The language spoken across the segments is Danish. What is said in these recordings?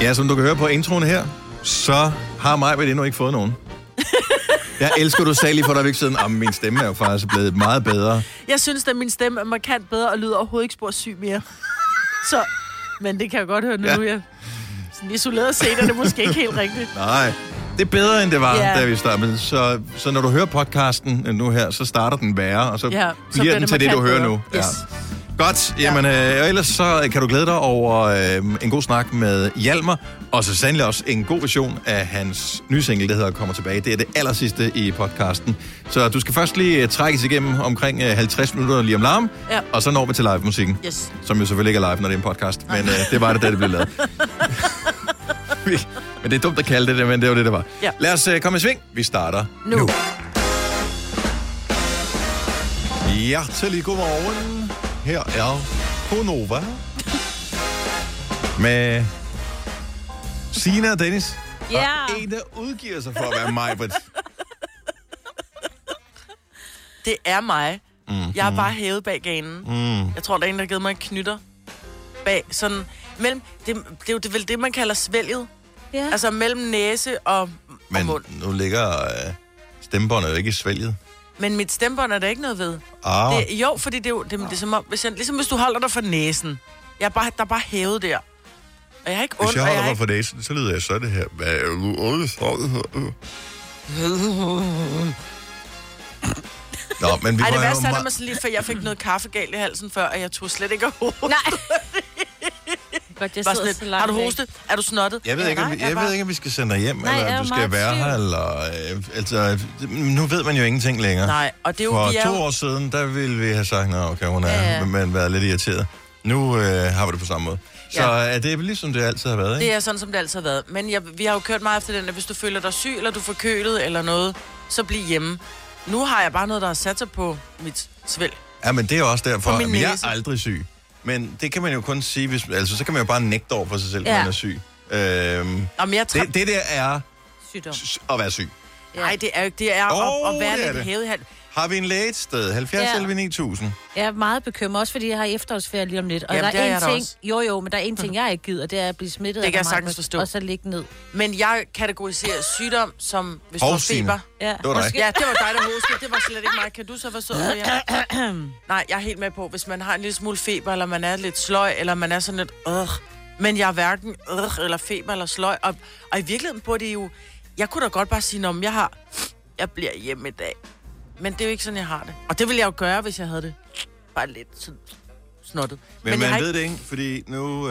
Ja, som du kan høre på introen her, så har Maj-Brit endnu ikke fået nogen. Jeg elsker, du sagde lige for dig ikke siden, min stemme er jo faktisk blevet meget bedre. Jeg synes, at min stemme er markant bedre og lyder overhovedet ikke spor syg mere. Så, men det kan jeg godt høre nu. Ja. Sådan isoleret set er det måske ikke helt rigtigt. Nej, det er bedre, end det var, da vi startede. Så når du hører podcasten nu her, så starter den værre, og så bliver den til det, du hører nu. Yes. Ja. Godt, jamen, og ellers så kan du glæde dig over en god snak med Hjalmar, og så sandelig også en god version af hans nye single, der hedder Kommer tilbage. Det er det allersidste i podcasten. Så du skal først lige trækkes igennem omkring 50 minutter lige om larm, og så når vi til live-musikken, som jo selvfølgelig ikke er live, når det er en podcast, men det var det, da det blev lavet. Men det er dumt at kalde det, men det var det, det var. Ja. Lad os komme i sving. Vi starter nu. Hjertelig godmorgen. Her er Gonova med Sina og Dennis. Og en, der udgiver sig for at være Maj-Brit. Det er mig. Jeg har bare hævet bag ganen. Jeg tror, der er en, der har givet mig en knytter bag sådan mellem. Det er jo vel det, man kalder svælget. Ja. Altså mellem næse og mund. Men nu ligger stemmebåndet jo ikke i svælget. Men mit stemmebånd er der ikke noget ved. Jo, fordi det er som om, ligesom hvis du holder dig for næsen. Der er bare hævet der. Og jeg har ikke ondt. Hvis jeg holder mig for næsen, så lyder jeg så det her. Hvad er du ondt? Nå, men vi det værste er, at lige, for jeg fik noget kaffe galt i halsen før, og jeg tog slet ikke at hoste. Nej. Godt, jeg sidder så langt. Har du hostet? Er du snottet? Jeg ved ikke, om vi skal sende dig hjem, eller du skal være her, eller... nu ved man jo ingenting længere. Nej, og det er jo... For 2 år siden, der ville vi have sagt, okay, hun er men været lidt irriteret. Nu har vi det på samme måde. Så er det ligesom det altid har været, ikke? Det er sådan, som det altid har været. Men vi har jo kørt meget efter den, at hvis du føler dig syg, eller du er forkølet, eller noget, så bliv hjemme. Nu har jeg bare noget, der har sat sig på mit svælg. Ja, men det er også derfor, at jeg er aldrig syg. Men det kan man jo kun sige, hvis, altså så kan man jo bare nægte over for sig selv, når man er syg. Det der er sygdom. At være syg. Nej, det er jo ikke. Det er at være lidt hævet. Har vi en læge et sted? 70 9000. Jeg er meget bekymret, også fordi jeg har efterårsferie lige om lidt. Og jamen, der er en ting, men der er en ting, jeg ikke gider, det er at blive smittet. Det kan jeg sagtens forstå. Og så ligge ned. Men jeg kategoriserer sygdom som, hvis du har feber. Ja. Det var dig. Ja, det var dig, der hostede. Det var slet ikke mig. Kan du så forstå det? Nej, jeg er helt med på, hvis man har en lille smule feber, eller man er lidt sløj, eller man er sådan lidt men jeg er hverken eller feber eller sløj. Og i virkeligheden burde det jo... Jeg kunne da godt bare sige, om jeg bliver hjemme i dag. Men det er jo ikke sådan, jeg har det. Og det ville jeg jo gøre, hvis jeg havde det bare lidt sådan snottet. Men man ved det ikke, fordi nu...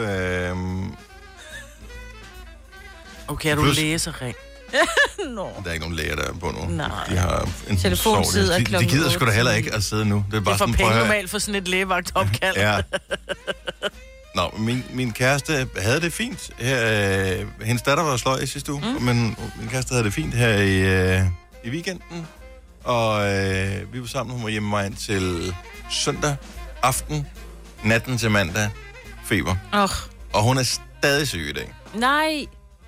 Okay, er du læsering? Der er ikke nogen læger, der er på nu. Nej. De har en telefonsid af klokken 8. De gider sgu da heller ikke at sidde nu. Det er for penge normalt for sådan et lægevagtopkald. Ja. Nå, min kæreste havde det fint. Hendes datter var sløj i sidste uge, men min kæreste havde det fint her i weekenden. Og vi var sammen, hun var hjemme mig ind til søndag aften, natten til mandag, feber. Og hun er stadig syg i dag. Nej.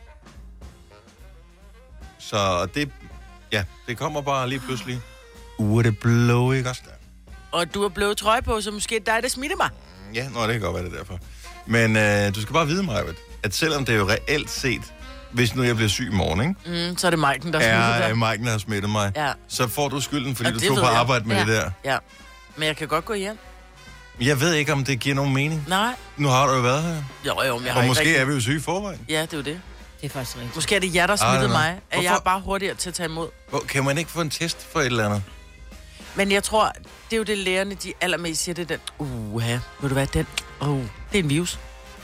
Så det kommer bare lige pludselig. Det blå, ikke også der? Og du har blå trøje på, så måske dig, der smitter mig. Ja, det kan godt være det derfor. Men du skal bare vide, Maj-Brit, at selvom det er jo reelt set, hvis nu jeg bliver syg i morgen, ikke? Så er det Maiken, der smitter dig. Ja, Maiken, der har smittet mig. Ja. Så får du skylden, fordi du tog på arbejde med det der. Ja, men jeg kan godt gå hjem. Jeg ved ikke, om det giver nogen mening. Nej. Nu har du jo været her. Jo, men jeg har og måske rigtig... er vi jo syge i forvejen. Ja, det er jo det. Det er faktisk rigtigt. Måske er det jer, der smittede mig, at jeg er bare hurtigere til at tage imod. Kan man ikke få en test for et eller andet? Men jeg tror, det er jo det lærerne, de allermest siger, det den. Ved du hvad, den? Det er en virus.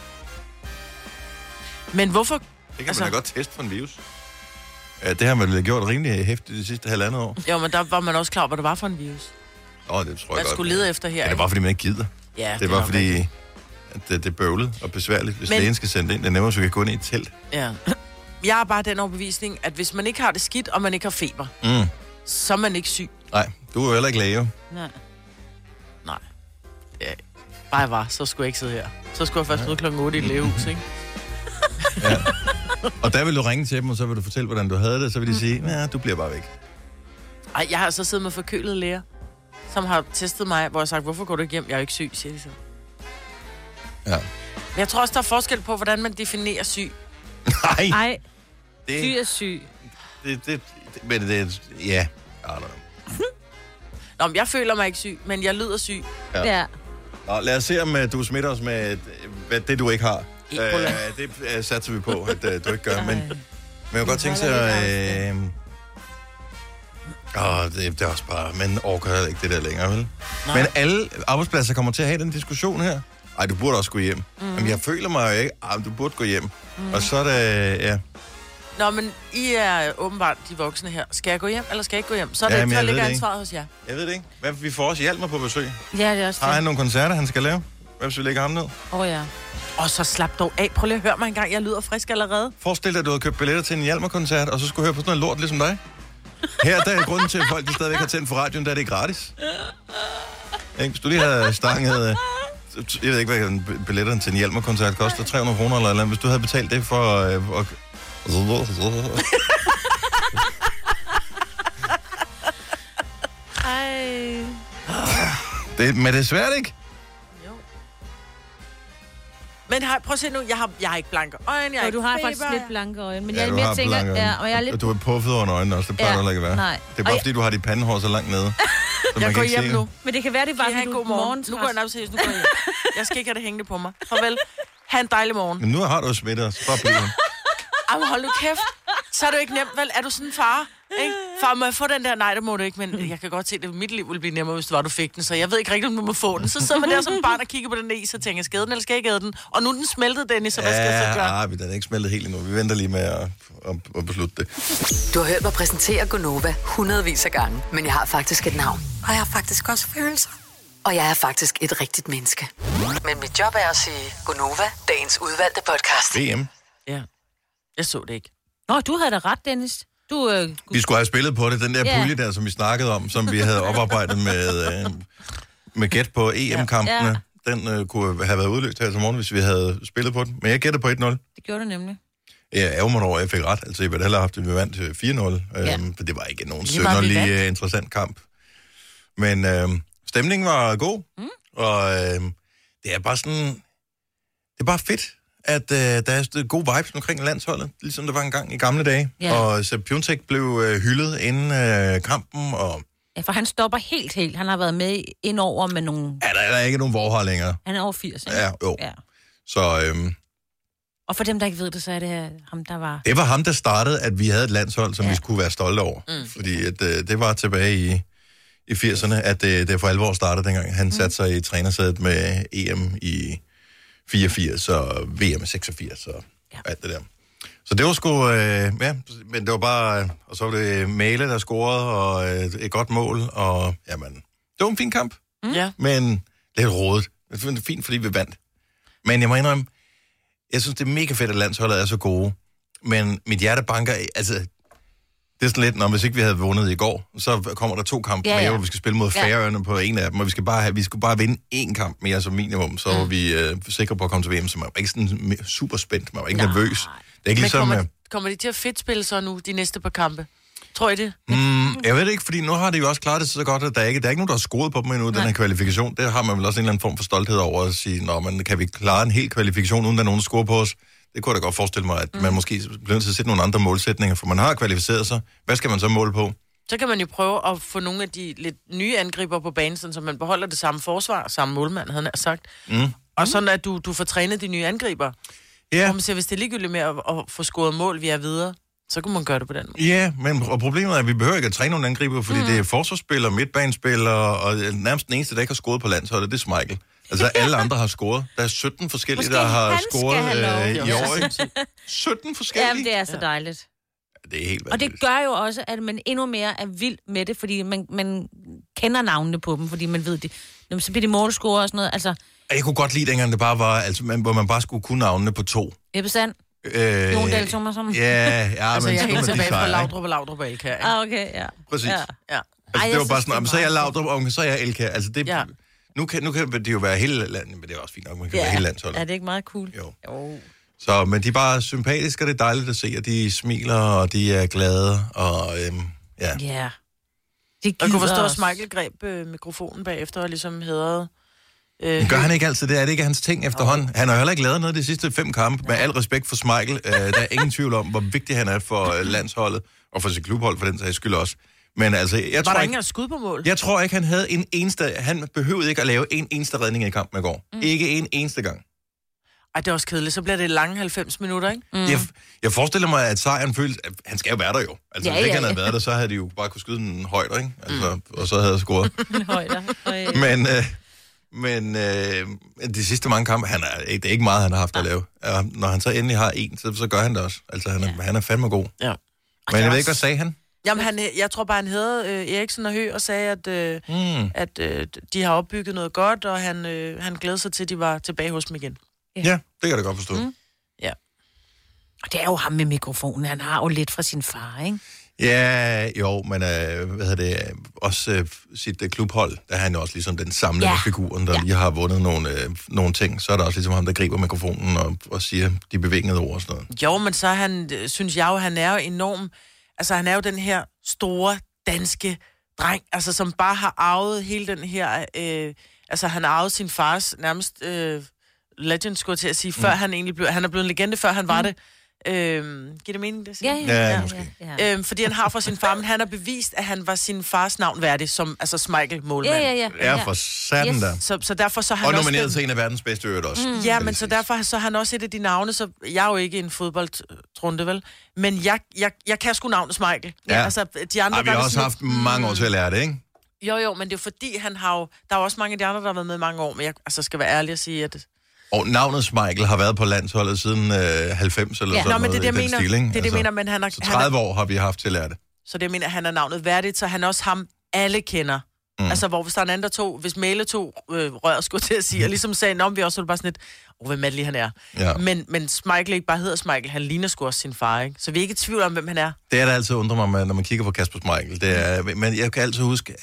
Men hvorfor? Det kan man da godt teste for en virus. Ja, det har man gjort rimelig hæftigt de sidste 1,5 år. Jo, men der var man også klar, hvad det var for en virus. Det tror jeg godt. Man skulle lede efter her. Ja, det var, fordi man ikke gider. Ja, det var, fordi at det er bøvlet og besværligt, hvis lægen skal sende det ind. Det er nemmere, så vi kan gå ind i et telt. Ja. Jeg har bare den overbevisning, at hvis man ikke har det skidt, og man ikke har feber, så er man ikke syg. Nej, du er jo heller ikke læge. Nej. Ja, bare jeg var, så skulle jeg ikke sidde her. Så skulle jeg først møde klokken 8 i et lægehus, ikke? Ja. Og der vil du ringe til dem, og så vil du fortælle, hvordan du havde det, så vil de sige, du bliver bare væk. Ej, jeg har så siddet med forkølede læger, som har testet mig, hvor jeg har sagt, hvorfor går du ikke hjem? Jeg er jo ikke syg, siger de så. Ja. Men jeg tror også, der er forskel på, hvordan man definerer syg. Nej, Ej, det, syg er syg. men det, ja, I don't know. Nå, men jeg føler mig ikke syg, men jeg lyder syg. Ja. Nå, lad os se, om du smitter os med det, du ikke har. Ebola. Det satser vi på, at du ikke gør. Men jeg kan godt tænke sig... det er også bare... Man overgår ikke det der længere, vel? Nej. Men alle arbejdspladser kommer til at have den diskussion her. Ej, du burde også gå hjem. Jamen, jeg føler mig jo ikke... du burde gå hjem. Og så er det... Ja. Nå, men I er åbenbart de voksne her. Skal jeg gå hjem, eller skal jeg ikke gå hjem? Så er det Jamen, ikke, der ligger det ansvaret hos jer. Jeg ved det ikke. Hvad, vi får også Hjalmar på besøg. Ja, det er også Har det. han nogle koncerter, han skal lave? Hvad hvis vi lægger ham ned? Ja. Og så slap dog af. Prøv lige at høre mig engang. Jeg lyder frisk allerede. Forestil dig, at du havde købt billetter til en Hjalmar-koncert, og så skulle høre på sådan noget lort ligesom dig. Her der er grunden til, at folk de stadigvæk har tændt for radioen, der er det gratis. Ikke? Hvis du lige havde stanget... Jeg ved ikke, hvad billetterne til en Hjalmar-koncert koster. 300 kroner eller noget. Hvis du havde betalt det for... Ej. Men det er svært, ikke? Jo. Men prøv at se nu. Jeg har ikke blanke øjne. Jeg har Du har feber. faktisk lidt blanke øjne. Men Ja, jeg du mere har tænker... blanke øjne. Ja, og jeg er lidt... Du er puffet over øjnene også. Det plejer du ikke at være. Nej. Det er bare fordi, du har dit pandehår så langt nede. Jeg går hjem nu. Men det kan være, det er bare, Skal I have fordi en du god morgen? Nu går jeg nærmest seriøst. Nu går jeg hjem. Jeg skal ikke have det hængende på mig. Farvel. Ha' en dejlig morgen. Men nu har du jo smittet os. Bare bliv. Jamen, hold nu kæft. Så er det jo ikke nemt, vel? Er du sådan en far? Ikke? Far, må jeg få den der? Nej, det må du ikke, men jeg kan godt se, at mit liv ville blive nemmere, hvis du fik den, så jeg ved ikke rigtig, om du må få den. Så sidder man der som barn og kigger på den is og tænker, skal jeg den, eller skal jeg ikke æde den? Og nu er den smeltet, Dennis, så hvad skal jeg så gøre? Ja, den er ikke smeltet helt endnu. Vi venter lige med at beslutte det. Du har hørt mig præsentere Gonova hundredvis af gange, men jeg har faktisk et navn. Og jeg har faktisk også følelser. Og jeg er faktisk et rigtigt menneske. Men mit job er at sige Gonova, dagens udvalgte podcast. VM. Ja, jeg så det ikke. Nå, du havde da ret, Dennis. Vi skulle have spillet på det. Den der pulje der, som vi snakkede om, som vi havde oparbejdet med gæt på EM-kampene, den kunne have været udløst her til morgen, hvis vi havde spillet på den. Men jeg gættede på 1-0. Det gjorde du nemlig. Jeg ærger mig over, at jeg fik ret. Altså, jeg ville hellere have haft det, vi vandt 4-0. For det var ikke nogen synderlig interessant kamp. Men stemningen var god. Og det er bare sådan... Det er bare fedt, at der er gode vibes omkring landsholdet, ligesom der var en gang i gamle dage. Ja. Og Sepp Piontek blev hyldet inden kampen, og... Ja, for han stopper helt. Han har været med indover med nogle... Ja, der er ikke nogen vorhar længere. Han er over 80, ikke? Ja, jo. Ja. Så... Og for dem, der ikke ved det, så er det ham, der var... Det var ham, der startede, at vi havde et landshold, som vi skulle være stolte over. Fordi at, det var tilbage i 80'erne, at det for alvor startede dengang. Han satte sig i trænersædet med EM i 84 og VM i 86 og alt det der. Så det var sgu... men det var bare... Og så var det Mæle, der scorede, og et godt mål, og jamen... Det var en fin kamp. Ja. Men lidt rodet. Det var fint, fordi vi vandt. Men jeg må indrømme, jeg synes, det er mega fedt, at landsholdet er så gode. Men mit hjerte banker... Altså, det er sådan lidt, når hvis ikke vi havde vundet i går, så kommer der 2 kampe mere, hvor vi skal spille mod Færøerne på en af dem, og vi skulle bare vinde 1 kamp mere som minimum, så var vi sikre på at komme til VM, så man var ikke sådan super spændt, man var ikke nervøs. Det er ikke ligesom... Kommer de til at fedtspille så nu, de næste par kampe? Tror I det? Jeg ved det ikke, fordi nu har de jo også klaret det så godt, at der er ikke nogen, der har scoret på dem endnu, den her kvalifikation. Det har man vel også en eller anden form for stolthed over at sige, kan vi klare en hel kvalifikation, uden der er nogen, der scorer på os? Det kunne jeg da godt forestille mig, at man måske bliver nødt til at sætte nogle andre målsætninger, for man har kvalificeret sig. Hvad skal man så måle på? Så kan man jo prøve at få nogle af de lidt nye angriber på banen, så man beholder det samme forsvar, samme målmand, havde han sagt. Og sådan, at du får trænet de nye angriber. Ja. Og man siger, hvis det er ligegyldigt med at få scoret mål, vi er videre, så kan man gøre det på den måde. Ja, men problemet er, at vi behøver ikke at træne nogle angriber, fordi det er forsvarsspillere, midtbanespillere, og nærmest den eneste, der ikke har scoret på landsholdet, det er Schmeichel. Altså, alle andre har scoret. Der er 17 forskellige, Måske der har scoret i år. Ikke? 17 forskellige? Jamen, det er så dejligt. Det er helt og det gør jo også, at man endnu mere er vild med det, fordi man kender navnene på dem, fordi man ved det. Så bliver de målscorer og sådan noget. Altså, jeg kunne godt lide, dengang det bare var, hvor man bare skulle kunne navnene på 2. Ebbe Sand. Jon Dahl Thomasson. Ja, altså, men jeg er helt tilbage fra Laudrup. Laudrup og Elkær. Okay, ja. Præcis. Ja. Altså, det var bare sådan, så er jeg Laudrup, og så er jeg Elkær. Altså, det... Ja. Nu kan det jo være hele landet, men det er også fint nok, man kan være hele landsholdet. Er det ikke meget cool? Jo. Så, men de er bare sympatiske, og det er dejligt at se, at de smiler, og de er glade, og ja. Jeg kunne forstå, at Schmeichel greb mikrofonen bagefter, og ligesom hedrede Gør han ikke altid det? Er det ikke hans ting efterhånden? Han har heller ikke lavet noget de sidste 5 kampe. Med al respekt for Schmeichel. Der er ingen tvivl om, hvor vigtig han er for landsholdet, og for sit klubhold for den sags skyld også. Men altså, jeg tror ikke skud på mål? Jeg tror ikke, han havde en eneste... Han behøvede ikke at lave en eneste redning i kampen i går. Ikke en eneste gang. Ej, det er også kedeligt. Så bliver det lange 90 minutter, ikke? Jeg forestiller mig, at sejren føles... Han skal jo være der jo. Altså, hvis ikke han havde været der, så havde de jo bare kunne skyde den højder, ikke? Altså, og så havde jeg scoret. Højder. Men de sidste mange kampe, det er ikke meget, han har haft at lave. Når han så endelig har en, så gør han det også. Altså, han er fandme god. Ja. Men jeg ved ikke, hvad sagde han? Jamen, jeg tror bare, han havde Eriksen og Høgh og sagde, at de har opbygget noget godt, og han glæder sig til, at de var tilbage hos dem igen. Ja, det kan jeg godt forstå. Ja. Og det er jo ham med mikrofonen. Han har jo lidt fra sin far, ikke? Ja, jo, men også sit klubhold, der er han jo også ligesom den samlede figuren, der lige har vundet nogle ting. Så er der også ligesom ham, der griber mikrofonen og siger de bevægende ord og sådan noget. Jo, men så synes jeg jo, han er jo enorm... Altså, han er jo den her store danske dreng, altså, som bare har arvet hele den her... altså, han har arvet sin fars nærmest legend, skulle jeg til at sige, før han egentlig blev... Han er blevet en legende, før han var det. Giver det mening, det siger? Ja, måske. Fordi han har fra sin far, men han har bevist, at han var sin fars navn værdig, som altså Schmeichel målmand. Ja, for satan der. Så derfor så han og nomineret til en af verdens bedste øvrigt også. Ja, men så derfor så han også et af de navne, så jeg er jo ikke en fodboldtrunde, vel? Men jeg kan sgu navnet Schmeichel. Ja. Altså, de andre, vi har også haft mange år til at lære det, ikke? Jo, men det er fordi, han har jo... Der er jo også mange af de andre, der har været med i mange år, men jeg skal være ærlig og sige, at... Og navnet Schmeichel har været på landsholdet siden 90 eller sådan noget. Men det er det, jeg mener. Det er det, mener, men han har... Så 30 år har vi haft til at lære det. Så det mener, han er navnet værdigt, så han også ham alle kender. Altså, hvor hvis der er en anden, der tog... Hvis Mæle tog rør, skulle til at sige, og ligesom sagde, nå, vi også så det bare sådan lidt... hvem er det lige, han er? Ja. Men Schmeichel ikke bare hedder Schmeichel, han ligner sgu også sin far, ikke? Så vi er ikke i tvivl om, hvem han er. Det er der altid undrer mig, når man kigger på Kasper Schmeichel. Det er, men jeg kan altid huske,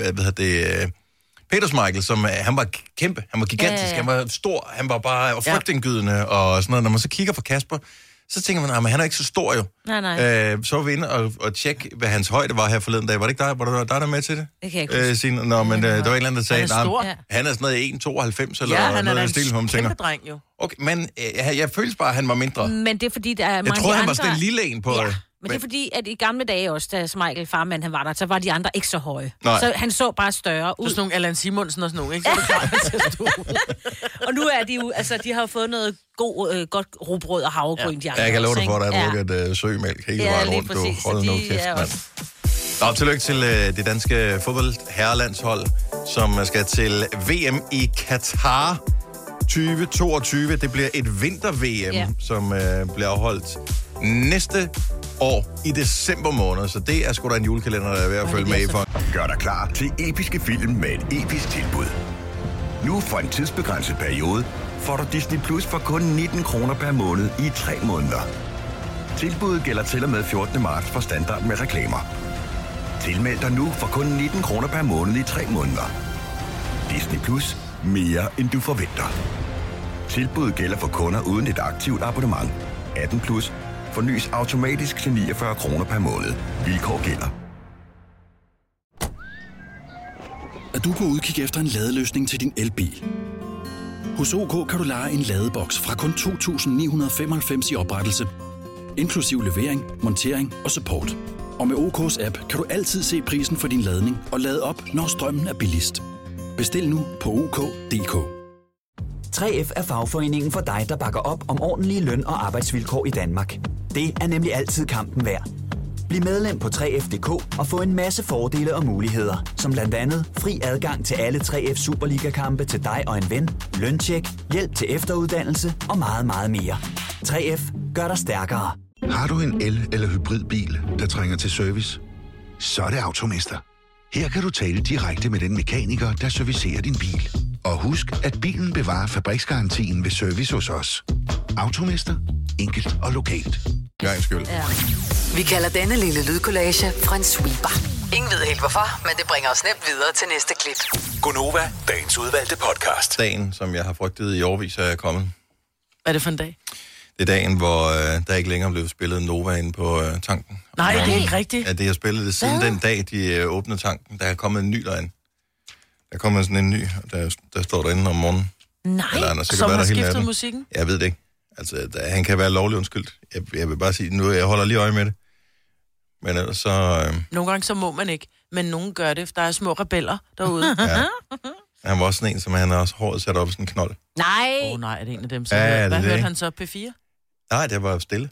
Peter Schmeichel, som han var kæmpe, han var gigantisk, han var stor, han var bare frygtindgydende og sådan noget. Når man så kigger på Kasper, så tænker man, men han er ikke så stor jo. Nej. Så var vi inde og tjekke, hvad hans højde var her forleden dag. Var det ikke dig? Var der der med til det? Det kan jeg ikke sige. Nå, men der var en eller anden, der sagde, han er sådan noget 1,92 eller han noget er stil, en kæmpe dreng jo. Okay, men jeg følte bare, at han var mindre. Men det er fordi, der er mange jeg troede, han var sådan en lille en på... Ja. Men det er fordi, at i gamle dage også, da Schmeichel, farmand, han var der, så var de andre ikke så høje. Nej. Så han så bare større ud. Så sådan nogle Allan Simonsen og sådan nogle, ikke? Så det og nu er de jo, altså, de har jo fået noget godt rugbrød og havregryn. Ja. Jeg kan love dig for, at der er drukket søgemælk hele vejen rundt. Du holder nu kæft, mand. Tillykke til det danske fodboldherrelandshold, som skal til VM i Katar 2022. Det bliver et vinter-VM, som bliver afholdt næste år i december måned, så det er sgu da en julekalender, der er ved at følge med i for. Gør dig klar til episke film med et episk tilbud. Nu for en tidsbegrænset periode får du Disney Plus for kun 19 kroner per måned i 3 måneder. Tilbuddet gælder til og med 14. marts for standard med reklamer. Tilmeld dig nu for kun 19 kroner per måned i 3 måneder. Disney Plus. Mere end du forventer. Tilbuddet gælder for kunder uden et aktivt abonnement. 18 plus. Fornyes automatisk til 49 kroner per måned. Vilkår gælder. Er du på udkig efter en ladeløsning til din elbil? Hos OK kan du leje en ladeboks fra kun 2.995 i oprettelse, inklusiv levering, montering og support. Og med OK's app kan du altid se prisen for din ladning og lade op, når strømmen er billigst. Bestil nu på OK.dk. 3F er fagforeningen for dig, der bakker op om ordentlige løn- og arbejdsvilkår i Danmark. Det er nemlig altid kampen værd. Bliv medlem på 3F.dk og få en masse fordele og muligheder, som blandt andet fri adgang til alle 3F Superliga-kampe til dig og en ven, løntjek, hjælp til efteruddannelse og meget, meget mere. 3F gør dig stærkere. Har du en el- eller hybridbil, der trænger til service? Så er det Automester. Her kan du tale direkte med den mekaniker, der servicerer din bil. Og husk, at bilen bevarer fabriksgarantien ved service hos os. Automester. Enkelt og lokalt. Ja. Vi kalder denne lille lydkollage en sweeper. Ingen ved helt hvorfor, men det bringer os nemt videre til næste klip. Gonova, dagens udvalgte podcast. Dagen, som jeg har frygtet i årevis, er kommet. Hvad er det for en dag? Det er dagen, hvor der ikke længere blev spillet Nova inde på tanken. Nej, det er ikke rigtigt. At det har spillet det siden den dag, de åbnede tanken. Der er kommet en ny derinde. Der kommer sådan en ny, der står derinde om morgenen. Nej, som har skiftet musikken? Jeg ved det ikke. Altså, han kan være lovlig undskyldt. Jeg vil bare sige, nu jeg holder lige øje med det. Men ellers så... Nogle gange så må man ikke, men nogen gør det, for der er små rebeller derude. Ja. Han var også sådan en, som han har også håret sat op i sådan en knold. Nej. Nej, er det en af dem, så Ja, hvad det hørte ikke. han så? P4? Nej, det var stille.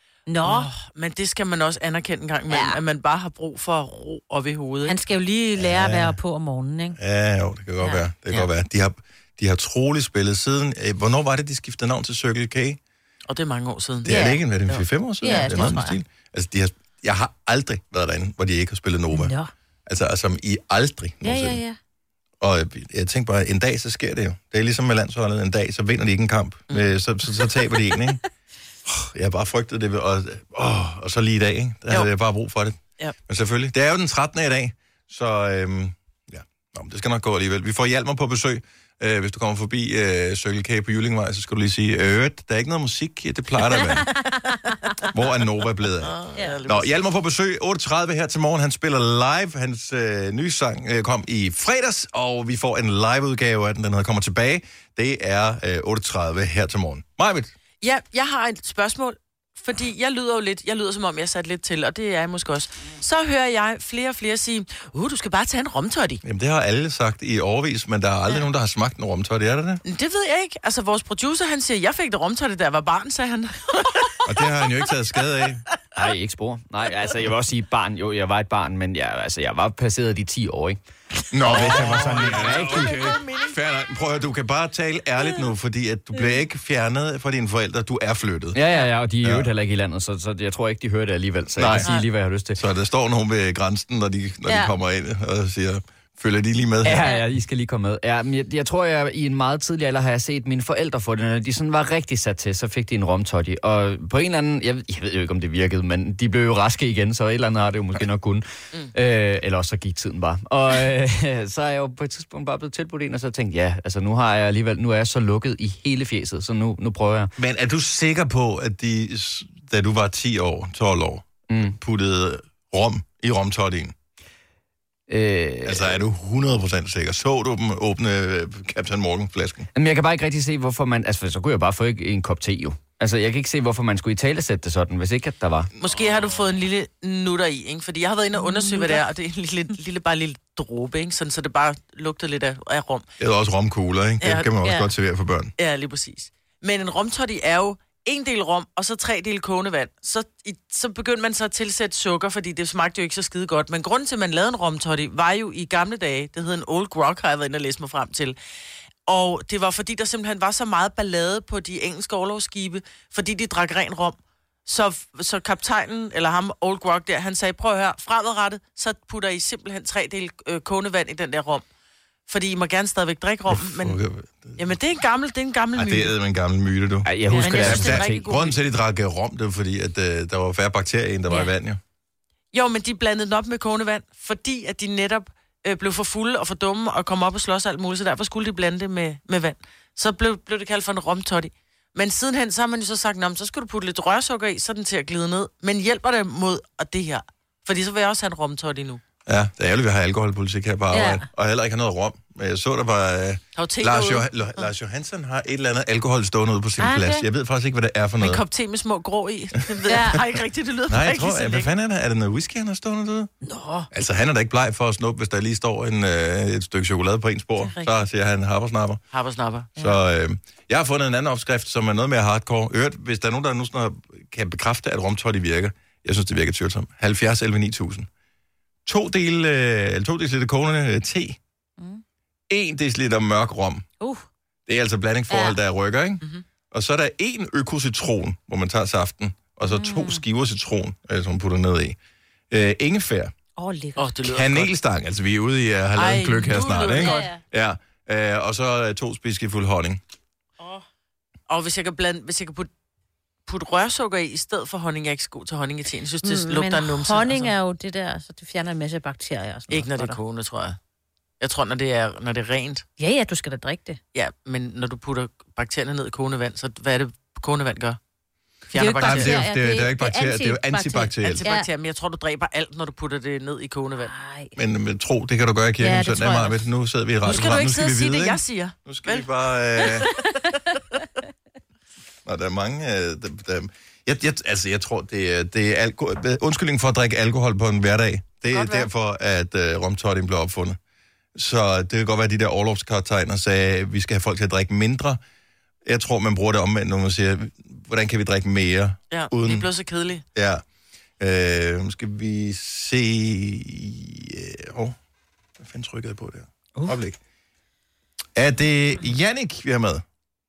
Nå. Men det skal man også anerkende en gang imellem, at man bare har brug for ro op i hovedet. Han skal jo lige lære at være på om morgenen, ikke? Ja, jo, det kan godt være. Det kan godt være. De har troligt spillet siden... Hvornår var det, de skiftede navn til Circle K? Og det er mange år siden. Det er ikke en 4-5 år siden. Ja, det er meget stil. Altså, jeg har aldrig været derinde, hvor de ikke har spillet Nova. Nå. Altså, som I aldrig nogensinde. Ja. Og jeg tænkte bare, en dag, så sker det jo. Det er ligesom med landsholdet. En dag, så vinder de ikke en kamp. Så taber de en, ikke? Jeg har bare frygtet det. Og så lige i dag, ikke? Der havde jeg bare brug for det. Ja. Men selvfølgelig. Det er jo den 13. i dag. Så ja, det skal nok gå alligevel. Vi får Hjalmar på besøg. Hvis du kommer forbi Circle K på Jyllingvej, så skal du lige sige, der er ikke noget musik, det plejer der at være. Hvor er Nova blevet af? Nå, Hjalmar på besøg, 8.30 her til morgen. Han spiller live. Hans nye sang kom i fredags, og vi får en liveudgave af den. Den kommer tilbage. Det er 8.30 her til morgen. Majvidt? Ja, jeg har et spørgsmål, fordi jeg lyder som om, jeg satte lidt til, og det er jeg måske også. Så hører jeg flere og flere sige, du skal bare tage en romtotti. Jamen, det har alle sagt i årevis, men der er aldrig nogen, der har smagt en romtotti, er der det? Det ved jeg ikke. Altså, vores producer, han siger, jeg fik det romtotti, da jeg var barn, sagde han. Og det har han jo ikke taget skade af. Nej, ikke spor. Nej, altså, jeg vil også sige barn. Jo, jeg var et barn, men jeg var passeret de 10 år, ikke? Nå, det var sådan lidt okay. Fair nok. Prøv at høre, du kan bare tale ærligt nu, fordi at du bliver ikke fjernet fra dine forældre, du er flyttet. Ja, og de er jo heller ikke i landet, så jeg tror ikke, de hører det alligevel, så jeg kan sige lige, hvad jeg har lyst til. Så der står nogen ved grænsen, når de kommer ind og siger, følger de lige med her? Ja, I skal lige komme med. Ja, men jeg tror, i en meget tidlig alder har jeg set mine forældre få det, når de sådan var rigtig sat til, så fik de en romtotti. Og på en eller anden, jeg ved jo ikke, om det virkede, men de blev jo raske igen, så et eller andet har det jo måske nok kun. Eller også så gik tiden bare. Og så er jeg jo på et tidspunkt bare blevet tilbudt en, og så tænkte jeg, altså nu er jeg så lukket i hele fjeset, så nu prøver jeg. Men er du sikker på, at de, da du var 12 år, puttede rom i romtottien? Altså, er du 100% sikker? Så du dem åbne Captain Morgan-flasken? Jamen, jeg kan bare ikke rigtig se, hvorfor man... Altså, så kunne jeg bare få en kop te, jo. Altså, jeg kan ikke se, hvorfor man skulle italesætte det sådan, hvis ikke at der var. Måske har du fået en lille nutter i, ikke? Fordi jeg har været inde og undersøge, hvad det er, og det er en lille dråbe, ikke? Sådan, så det bare lugtede lidt af rom. Det er også romkugler, ikke? Det kan man også godt servere for børn. Ja, lige præcis. Men en romtotti er jo en del rom, og så 3 dele kogende vand. Så begyndte man så at tilsætte sukker, fordi det smagte jo ikke så skide godt. Men grunden til, at man lavede en romtotti, var jo i gamle dage, det hed en Old Grog, har jeg været inde og læse mig frem til. Og det var fordi, der simpelthen var så meget ballade på de engelske orlogsskibe, fordi de drak ren rom. Så kaptajnen, eller ham, Old Grog der, han sagde, prøv at høre, fremadrettet, så putter I simpelthen 3 dele kogende vand i den der rom. Fordi I må gerne stadigvæk drikke rom, men... Jamen, det er en gammel myte. Det er en gammel myte, du. Ej, jeg husker det. Grunden til, at de drak rom, det var fordi, at der var færre bakterier, end der var i vand, jo. Jo, men de blandede den op med kogende vand, fordi at de netop blev for fulde og for dumme og kom op og slås alt muligt, så derfor skulle de blande det med vand. Så blev det kaldt for en romtotti. Men sidenhen, så har man jo så sagt, så skal du putte lidt rørsukker i, så den til at glide ned. Men hjælper det mod det her? Fordi så vil jeg også have en romtotti nu. Ja, det er ærgerligt, vi har alkoholpolitik her på arbejde, og heller ikke har noget rom. Men jeg så, der var... Lars Johansson har et eller andet alkohol stående ude på sin plads. Jeg ved faktisk ikke, hvad det er for noget. En kop te med små grå i. Det ved jeg ikke rigtigt, det lyder Nej, jeg tror, hvad fanden er det? Er det noget whisky, han har stående derude? Nå. Altså, han er da ikke bleg for at snuppe, hvis der lige står et stykke chokolade på ens bord. Så siger han habersnapper. Habersnapper. Ja. Så jeg har fundet en anden opskrift, som er noget mere hardcore. Hvis der er nogen, der nu sådan kan bekræfte, at romtotti virker. Jeg synes, det virker tvivlsomt. 70 11 9000. 2 deciliter kogende te. 1 deciliter mørk rom. Det er altså blandingsforhold, der rykker, ikke? Mm-hmm. Og så er der 1 økocitron, hvor man tager saften, og så 2 skiver citron, som man putter ned i. Ingefær. Kanelstang, altså vi er ude i at have lavet en gløk her snart, ikke? Ja. Og så 2 spiseskefulde honning. Og hvis jeg kan putte rørsukker i stedet for honning, jeg er ikke så god til honning i teen. Jeg synes, det lugter en numse. Honning er jo det der, så det fjerner en masse bakterier. Og sådan ikke når det er kogende, tror jeg. Jeg tror, når det er rent. Ja, du skal da drikke det. Ja, men når du putter bakterierne ned i kogende vand, så hvad er det, kogende vand gør? fjerner Nej, bakterier. det er ikke bakterier, det er jo antibakterielt. Antibakterier, men jeg tror, du dræber alt, når du putter det ned i kogende vand. Men tro, det kan du gøre i kirken søndag, Maja. Nu sidder vi i radioen. Nu skal du ikke sidde og sige det, jeg siger. Nu skal vi bare... Nå, der er mange... Jeg tror, det er undskyldning for at drikke alkohol på en hverdag. Det er derfor, at romtodding blev opfundet. Så det kan godt være, at de der overlovskaptajner sagde, at vi skal have folk til at drikke mindre. Jeg tror, man bruger det omvendt, når man siger, hvordan kan vi drikke mere? Ja, uden... vi er blevet så kedelige. Ja. Nu skal vi se... hvad fanden trykkede jeg på der? Oplæg. Er det Jannik, vi har med?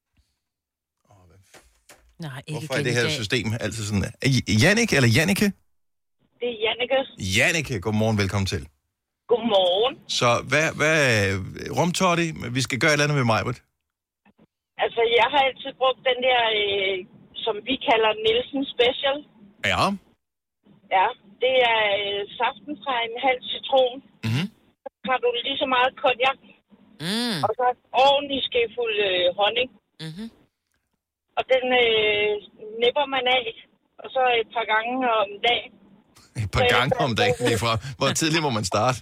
Nej, ikke. Hvorfor er det her system altid sådan? Jannik eller Jannike? Det er Jannike. Jannike, godmorgen, velkommen til. Godmorgen. Så hvad rumtotti? Vi skal gøre et eller andet med Majbert. Altså, jeg har altid brugt den der, som vi kalder Nielsen Special. Ja. Ja, det er saften fra en halv citron. Mm-hmm. Så har du lige så meget cognac. Og så ordentlig skefuld honning. Mm-hmm. Og den nipper man af, og så et par gange om dagen. Et par gange om dagen lige fra. Hvor tidligt må man starte?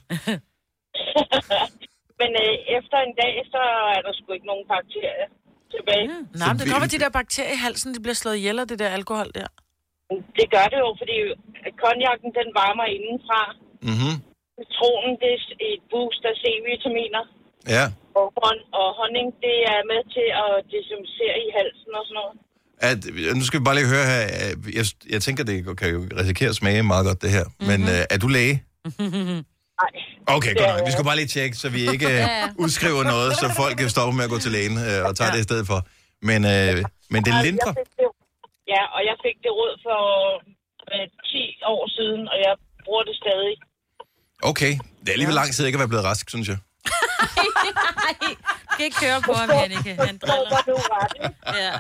Men efter en dag, så er der sgu ikke nogen bakterier tilbage. Nej, men det kan godt være, de der bakterier i halsen, de bliver slået ihjel af det der alkohol der. Det gør det jo, fordi cognacen, den varmer indenfra. Mhm. Citronen, det er et boost af C-vitaminer. Ja. Og honning, det er med til at desinficere i halsen og sådan noget. Nu skal vi bare lige høre her. Jeg tænker, det kan jo risikere at smage meget godt, det her. Men er du læge? Nej. Okay, godt. Vi skal bare lige tjekke, så vi ikke udskriver noget, så folk stopper med at gå til lægen og tager det i stedet for. Men det lindrer. Ja, og jeg fik det råd for 10 år siden, og jeg bruger det stadig. Okay. Det er alligevel lang tid ikke at være blevet rask, synes jeg. Nej, skal ikke køre på ham, Jannike. Han driller. Ja.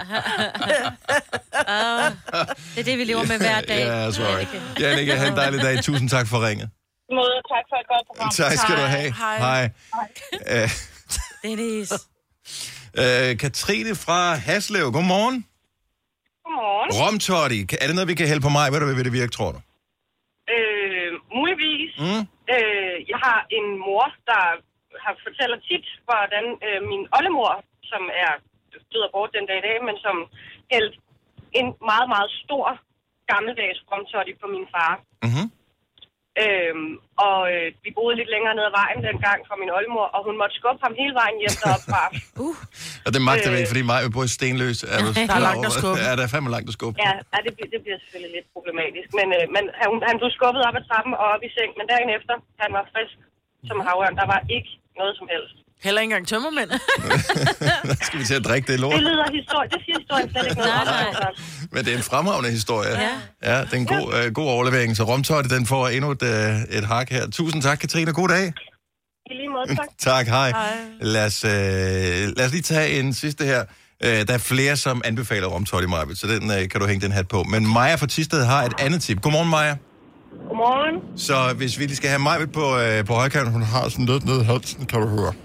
Det er det, vi lever med hver dag. Ja, sorry. Jannike, have en dejlig dag. Tusind tak for ringet. Tak for et godt program. Tak skal du have. Hej. Dennis. Katrine fra Haslev, godmorgen. Godmorgen. Romtotti, er det noget, vi kan hjælpe på mig? Hvad vil det virke, tror du? Muligvis. Jeg har en mor, der fortæller tit, hvordan min oldemor, som er død og bort den dag i dag, men som hældte en meget, meget stor gammeldags romtotti på min far. Mm-hmm. Vi boede lidt længere ned ad vejen dengang fra min oldemor, og hun måtte skubbe ham hele vejen hjem deropfra. Og det magter vi ikke, fordi mig bor i Stenløs. Der er langt at skubbe. Ja, der er fandme langt at skubbe. Ja, det bliver selvfølgelig lidt problematisk. Men han blev skubbet op ad trappen og op i seng, men dagen efter, han var frisk som havørn. Der var ikke noget som helst. Heller ikke engang tømmermænd. Skal vi til at drikke det lort? Det lyder historie. Det siger historien slet ikke noget om. Men det er en fremragende historie. Ja, det er en god overlevering. Så Romtotti, den får endnu et hak her. Tusind tak, Katrine. God dag. I lige måde, tak. Tak, hej. Lad os lige tage en sidste her. Der er flere, som anbefaler Romtotti, Maja, så den kan du hænge den hat på. Men Maja fra Thisted har et andet tip. Godmorgen, Maja. Godmorgen. Så hvis vi skal have Maja på højkanten, hun har sådan lidt ned i halsen, kan du høre.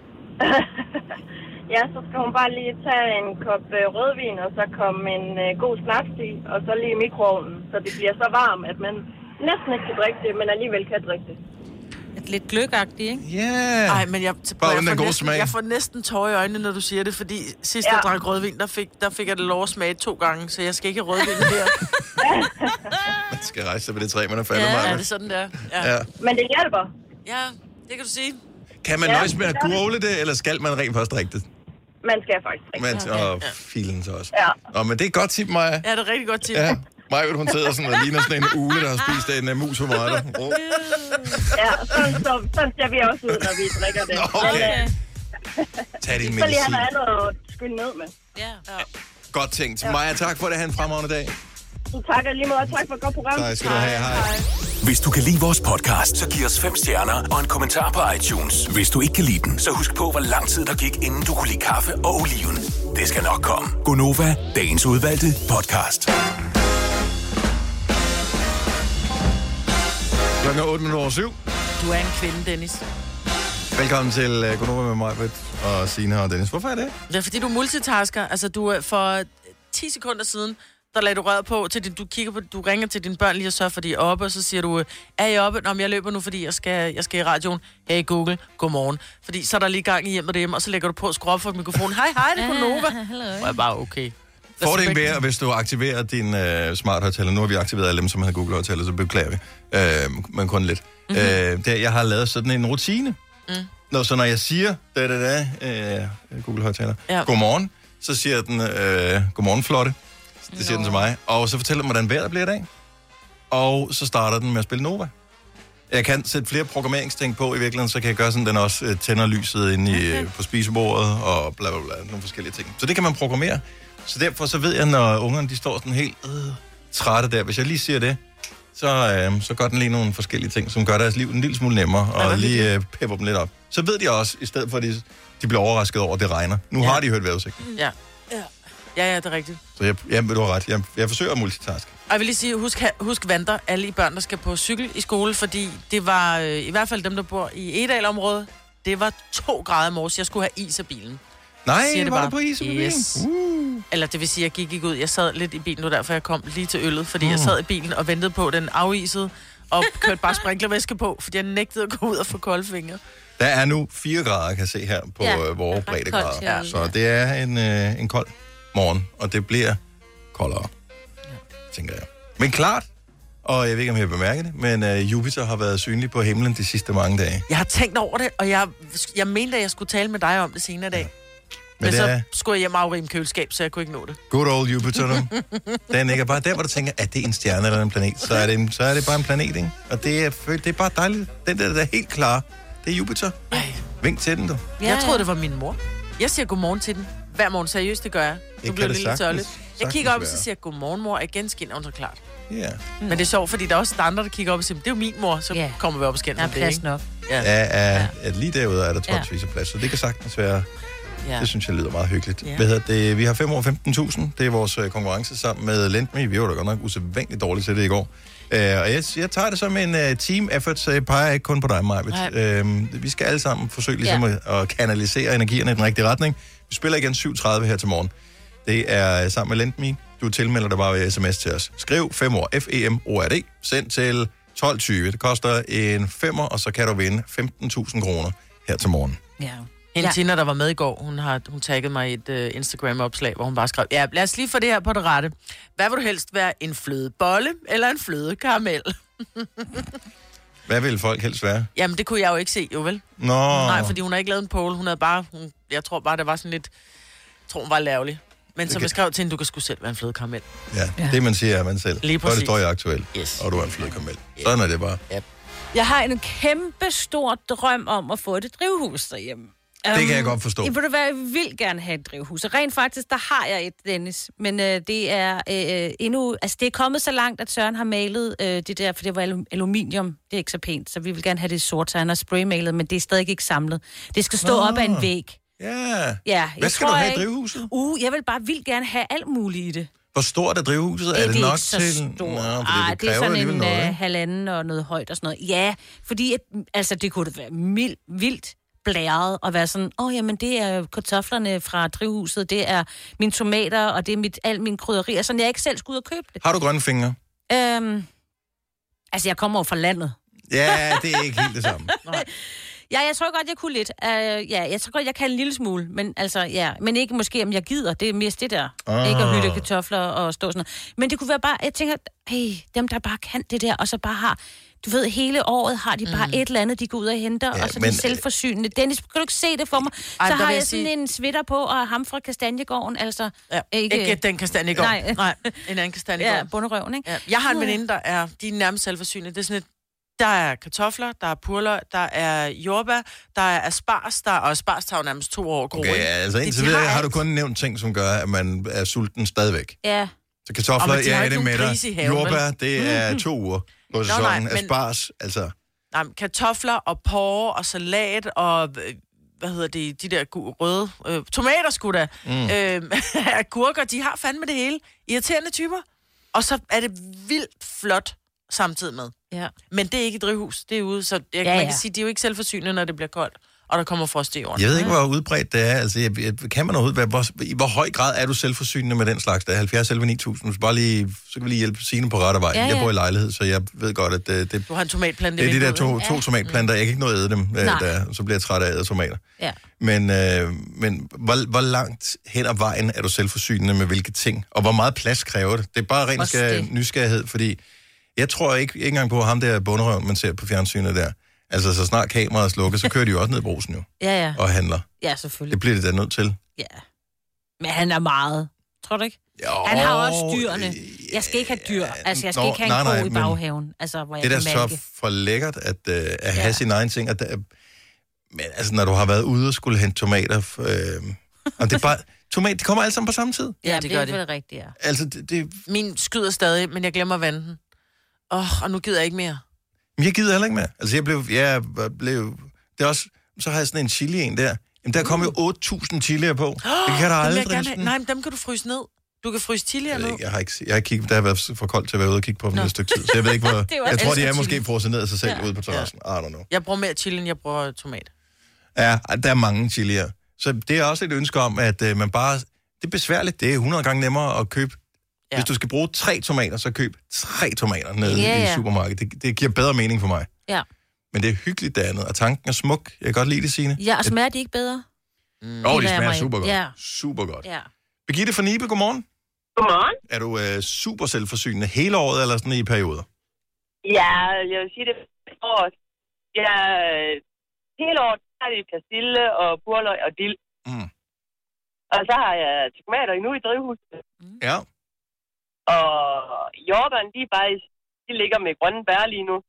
Ja, så skal hun bare lige tage en kop rødvin, og så komme en god snaps i, og så lige i mikroovnen, så det bliver så varmt, at man næsten ikke kan drikke det, men alligevel kan drikke det. Lidt gløgagtigt, ikke? Ja. Nej, men jeg får næsten tårer i øjnene, når du siger det, fordi sidst jeg drak rødvin, der fik jeg det lov at smage 2 gange, så jeg skal ikke have rødvin her. Man skal rejse sig ved det træ, man er faldet meget. Ja, det er sådan der. Ja. Men det hjælper. Ja, det kan du sige. Kan man nøjes med at gurgle det, eller skal man rent først drikke det? Man skal faktisk drikke det. Filen så også. Ja. Men det er et godt tip, Maja. Ja, det er et rigtig godt tip. Ja. Maja, hun sidder sådan og ligner sådan en ugle, der har spist en mus for meget. Ja, sådan ser vi også ud, når vi drikker det. Okay. Tag din medicin. Så lige han er noget at skylde ned med. Ja. Godt tænkt. Maja, tak for det. Ha' en fremragende dag. Tak lige måde, og tak for et godt program. Tak skal du have. Hej. Hvis du kan lide vores podcast, så giv os 5 stjerner og en kommentar på iTunes. Hvis du ikke kan lide den, så husk på, hvor lang tid der gik, inden du kunne lide kaffe og oliven. Det skal nok komme. Gonova, dagens udvalgte podcast. Klokken er 8:07. Du er en kvinde, Dennis. Velkommen til Gonova med mig, og Signe og Dennis. Hvorfor er det? Det er fordi, du multitasker. Altså, du for 10 sekunder siden der lagde du røret på, til du kigger på, du ringer til dine børn lige og sørger for, de er oppe, og så siger du, er I oppe? Nå, men jeg løber nu, fordi jeg skal i radioen. Hey Google, godmorgen. Fordi så er der lige gang i hjemme derhjemme, og så lægger du på og skruer op for mikrofonen. Hej, det er Gonova. Og jeg er bare okay. Fordelen ved, hvis du aktiverer din smart højtaler, nu har vi aktiveret alle dem, som havde Google højtaler, så beklager vi, men kun lidt. Jeg har lavet sådan en rutine. Så når jeg siger, Google højtaler, godmorgen, så siger den, godmorgen flotte. Det siger den til mig. Og så fortæller den, hvordan vejret bliver i dag. Og så starter den med at spille Nova. Jeg kan sætte flere programmeringsting på i virkeligheden, så kan jeg gøre sådan, den også tænder lyset inde på spisebordet og bla bla bla, nogle forskellige ting. Så det kan man programmere. Så derfor så ved jeg, når ungerne de står sådan helt trætte der, hvis jeg lige siger det, så gør den lige nogle forskellige ting, som gør deres liv en lille smule nemmere, og lige pepper dem lidt op. Så ved de også, i stedet for at de bliver overrasket over, at det regner. Nu har de hørt vejrudsigten. Ja, det er rigtigt. Så du har ret. Jeg forsøger at multitaske. Og jeg vil lige sige, husk vanter, alle I børn, der skal på cykel i skole, fordi det var, i hvert fald dem, der bor i Edal-området, det var 2 grader i morges. Jeg skulle have is af bilen. Nej, var du på is af bilen? Yes. Eller det vil sige, at jeg gik ikke ud. Jeg sad lidt i bilen, og derfor jeg kom lige til øllet, fordi jeg sad i bilen og ventede på, den avisede, og kørte bare sprinklervæske på, fordi jeg nægtede at gå ud og få kolde fingre. Der er nu 4 grader, kan jeg se her på vores breddegrader. Så det er en kold morgen, og det bliver koldere, tænker jeg. Men klart, og jeg ved ikke, om jeg har bemærket det, men Jupiter har været synlig på himlen de sidste mange dage. Jeg har tænkt over det, og jeg mente, at jeg skulle tale med dig om det senere i dag. Men så skulle jeg hjem og afrime køleskab, så jeg kunne ikke nå det. Good old Jupiter, du. Den ligger bare der, hvor du tænker, at det er en stjerne eller en planet. Så er det bare en planet, ikke? Og det er bare dejligt. Den der er helt klar. Det er Jupiter. Vink til den, du. Jeg troede, det var min mor. Jeg siger godmorgen til den. Hver morgen, seriøst, det gør jeg. Du bliver lidt tørligt. Jeg kigger op, og så siger jeg, godmorgen, mor. Igen skinner hun så klart. Ja. Men det er sjovt, fordi der er også andre, der kigger op og siger, det er jo min mor, så kommer vi op og skænder. Der er plads nok. Lige derude er der tonsvis af plads, så det kan sagtens være. Ja. Det synes jeg lyder meget hyggeligt. Ja. Hvad hedder det? Vi har 5 år 15.000. Det er vores konkurrence sammen med Lendme. Vi var da godt nok usædvanligt dårligt til det i går. Og jeg tager det som en team effort, så jeg peger ikke kun på dig, Majbet. Vi skal alle sammen forsøge ligesom at kanalisere energierne i den rigtige retning. Vi spiller igen 7.30 her til morgen. Det er sammen med Lendme. Du tilmelder dig bare ved sms til os. Skriv 5 år FEMORD. Send til 12.20. Det koster en 5'er, og så kan du vinde 15.000 kroner her til morgen. Ja. Tina, der var med i går, hun taggede mig i et Instagram-opslag, hvor hun bare skrev, lad os lige få det her på det rette. Hvad vil du helst være, en flødebolle eller en flødekaramel? Hvad vil folk helst være? Jamen, det kunne jeg jo ikke se, jo vel? Nå. Nej, fordi hun har ikke lavet en poll. Hun havde bare, jeg tror bare, det var sådan lidt, hun var lavlig. Men som jeg skrev til hende, du kan sgu selv være en flødekaramel. Ja, det man siger er man selv. Lige præcis. Så det står i aktuelt, og du er en flødekaramel. Sådan er det bare. Yep. Jeg har en kæmpe stor drøm om at få et drivhus derhjemme. Det kan jeg godt forstå. Jeg vil gerne have et drivhus. Og rent faktisk, der har jeg et, Dennis. Men det er endnu... Altså, det er kommet så langt, at Søren har malet det der, for det var aluminium. Det er ikke så pænt, så vi vil gerne have det sort, så han har spraymalet, men det er stadig ikke samlet. Det skal stå op ad en væg. Ja. Hvad skal du have i drivhuset? Jeg vil bare vildt gerne have alt muligt i det. Hvor stort er drivhuset? Er det nok til... Det er sådan en halvanden og noget højt og sådan noget. Ja, fordi det kunne da være vildt blæret og være sådan, jamen det er kartoflerne fra drivhuset, det er mine tomater, og det er al min krydderier, sådan jeg ikke selv skulle ud og købe det. Har du grønne fingre? Jeg kommer jo fra landet. Ja, det er ikke helt det samme. Ja, jeg tror godt, jeg kunne lidt. Jeg tror godt, jeg kan en lille smule, men ikke måske, om jeg gider. Det er mest det der. Ikke at hytte kartofler og stå sådan noget. Men det kunne være bare, jeg tænker, dem der bare kan det der, og så bare har, du ved, hele året har de bare et eller andet, de går ud og henter, og så er de selvforsynende. Dennis, kan du ikke se det for mig? Så har jeg sådan en sweater på, og ham fra Kastanjegården, altså. Ja, ikke den Kastanjegård. Nej, en anden Kastanjegård. Ja, bunderøven, ikke? Ja. Jeg har en veninde, de er nærmest selvforsynende. Det er sådan et, der er kartofler, der er purløg, der er jordbær, der er asparges, og asparges tager jo nærmest 2 år. Okay, altså indtil videre har du kun nævnt ting, som gør, at man er sulten stadigvæk. Ja. Så kartofler, er det med dig. Jordbær, det er 2 uger på sæsonen. Asparges, altså. Nej, kartofler og porre og salat og, de der røde tomater sgu da. Agurker, de har fandme det hele. Irriterende typer. Og så er det vildt flot samtidig med. Ja. Men det er ikke et drivhus, det er ude, så man kan sige, de er jo ikke selvforsynende, når det bliver koldt. og der kommer frost i jorden. Jeg ved ikke, hvor udbredt det er. Altså, kan man overhovedet i hvor høj grad er du selvforsynende med den slags? Der er 70 11 9000. Så kan vi lige hjælpe Signe på rette vej. Ja. Jeg bor i lejlighed, så jeg ved godt, at det... Du har en tomatplante. Det er de der to tomatplanter. Jeg kan ikke nå at æde dem, så bliver jeg træt af at æde tomater. Ja. Men hvor langt hen ad vejen er du selvforsynende med hvilke ting? Og hvor meget plads kræver det? Det er bare ren nysgerrighed, fordi jeg tror ikke engang på ham der bunderøven, man ser på fjernsynet der. Altså, så snart kameraet slukker, så kører de jo også ned i Brugsen jo. Ja. Og handler. Ja, selvfølgelig. Det bliver det da nødt til. Ja. Men han er meget. Tror du ikke? Jo, han har også dyrene. Jeg skal ikke have dyr. Altså, jeg skal ikke have en ko i baghaven. Altså, hvor jeg det er da så for lækkert at have sine egne ting. Men altså, når du har været ude og skulle hente tomater... og det er bare... Tomat, de kommer alle sammen på samme tid. Ja, det gør det. Det er rigtigt, ja. Altså, Min skyder stadig, men jeg glemmer at vande den. Og nu gider jeg ikke mere. Men jeg gider heller ikke mere. Altså, jeg blev... Det er også... Så har jeg sådan en chili-en der. Jamen, der kommer jo 8.000 chilier på. Det kan der aldrig. Nej, men dem kan du fryse ned. Du kan fryse chilier ned. Jeg har ikke kigget... Der har været for koldt til at være ude og kigge på dem et stykke tid. Så jeg ved ikke, hvor... Jeg tror, de er måske frosset ned af sig selv ude på terrassen. I don't know. Jeg bruger mere chili, end jeg bruger tomat. Ja, der er mange chilier. Så det er også et ønske om, at man bare... Det er besværligt. Det er 100 gange nemmere at købe. Ja. Hvis du skal bruge 3 tomater, så køb 3 tomater nede i supermarkedet. Det giver bedre mening for mig. Ja. Men det er hyggeligt, det andet. Og tanken er smuk. Jeg kan godt lide det, Signe. Ja, og smager de ikke bedre? De smager super godt. Ja. Super godt. Ja. Birgitte fra Nibe, godmorgen. Godmorgen. Er du super selvforsynende hele året, eller sådan i perioder? Ja, jeg vil sige det for året. Ja, hele året har det persille og purløg og dild. Mm. Og så har jeg tomater nu i drivhuset. Ja. Og jordbærne, de ligger med grønne bær lige nu.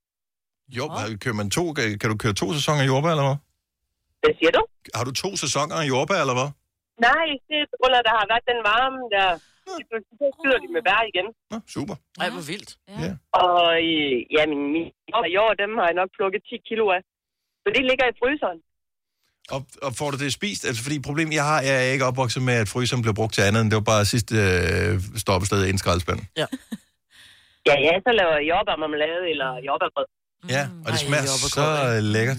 Kan du køre 2 sæsoner i jordbær, eller hvad? Hvad siger du? Har du 2 sæsoner i jordbær, eller hvad? Nej, det er på grund af, at der har været den varme, der så skyder de med bær igen. Nå, super. Ej, hvor vildt. Ja. Og mine jord, dem har jeg nok plukket 10 kilo af. Så det ligger i fryseren. Og får du det spist? Altså, fordi problemet, jeg er ikke opvokset med, at fryseren blev brugt til andet, end det var bare sidste stoppested i en skraldespand. Ja. Ja, så laver jeg jordbærmarmelade eller jordbærbrød. Ja, og det smager så lækkert.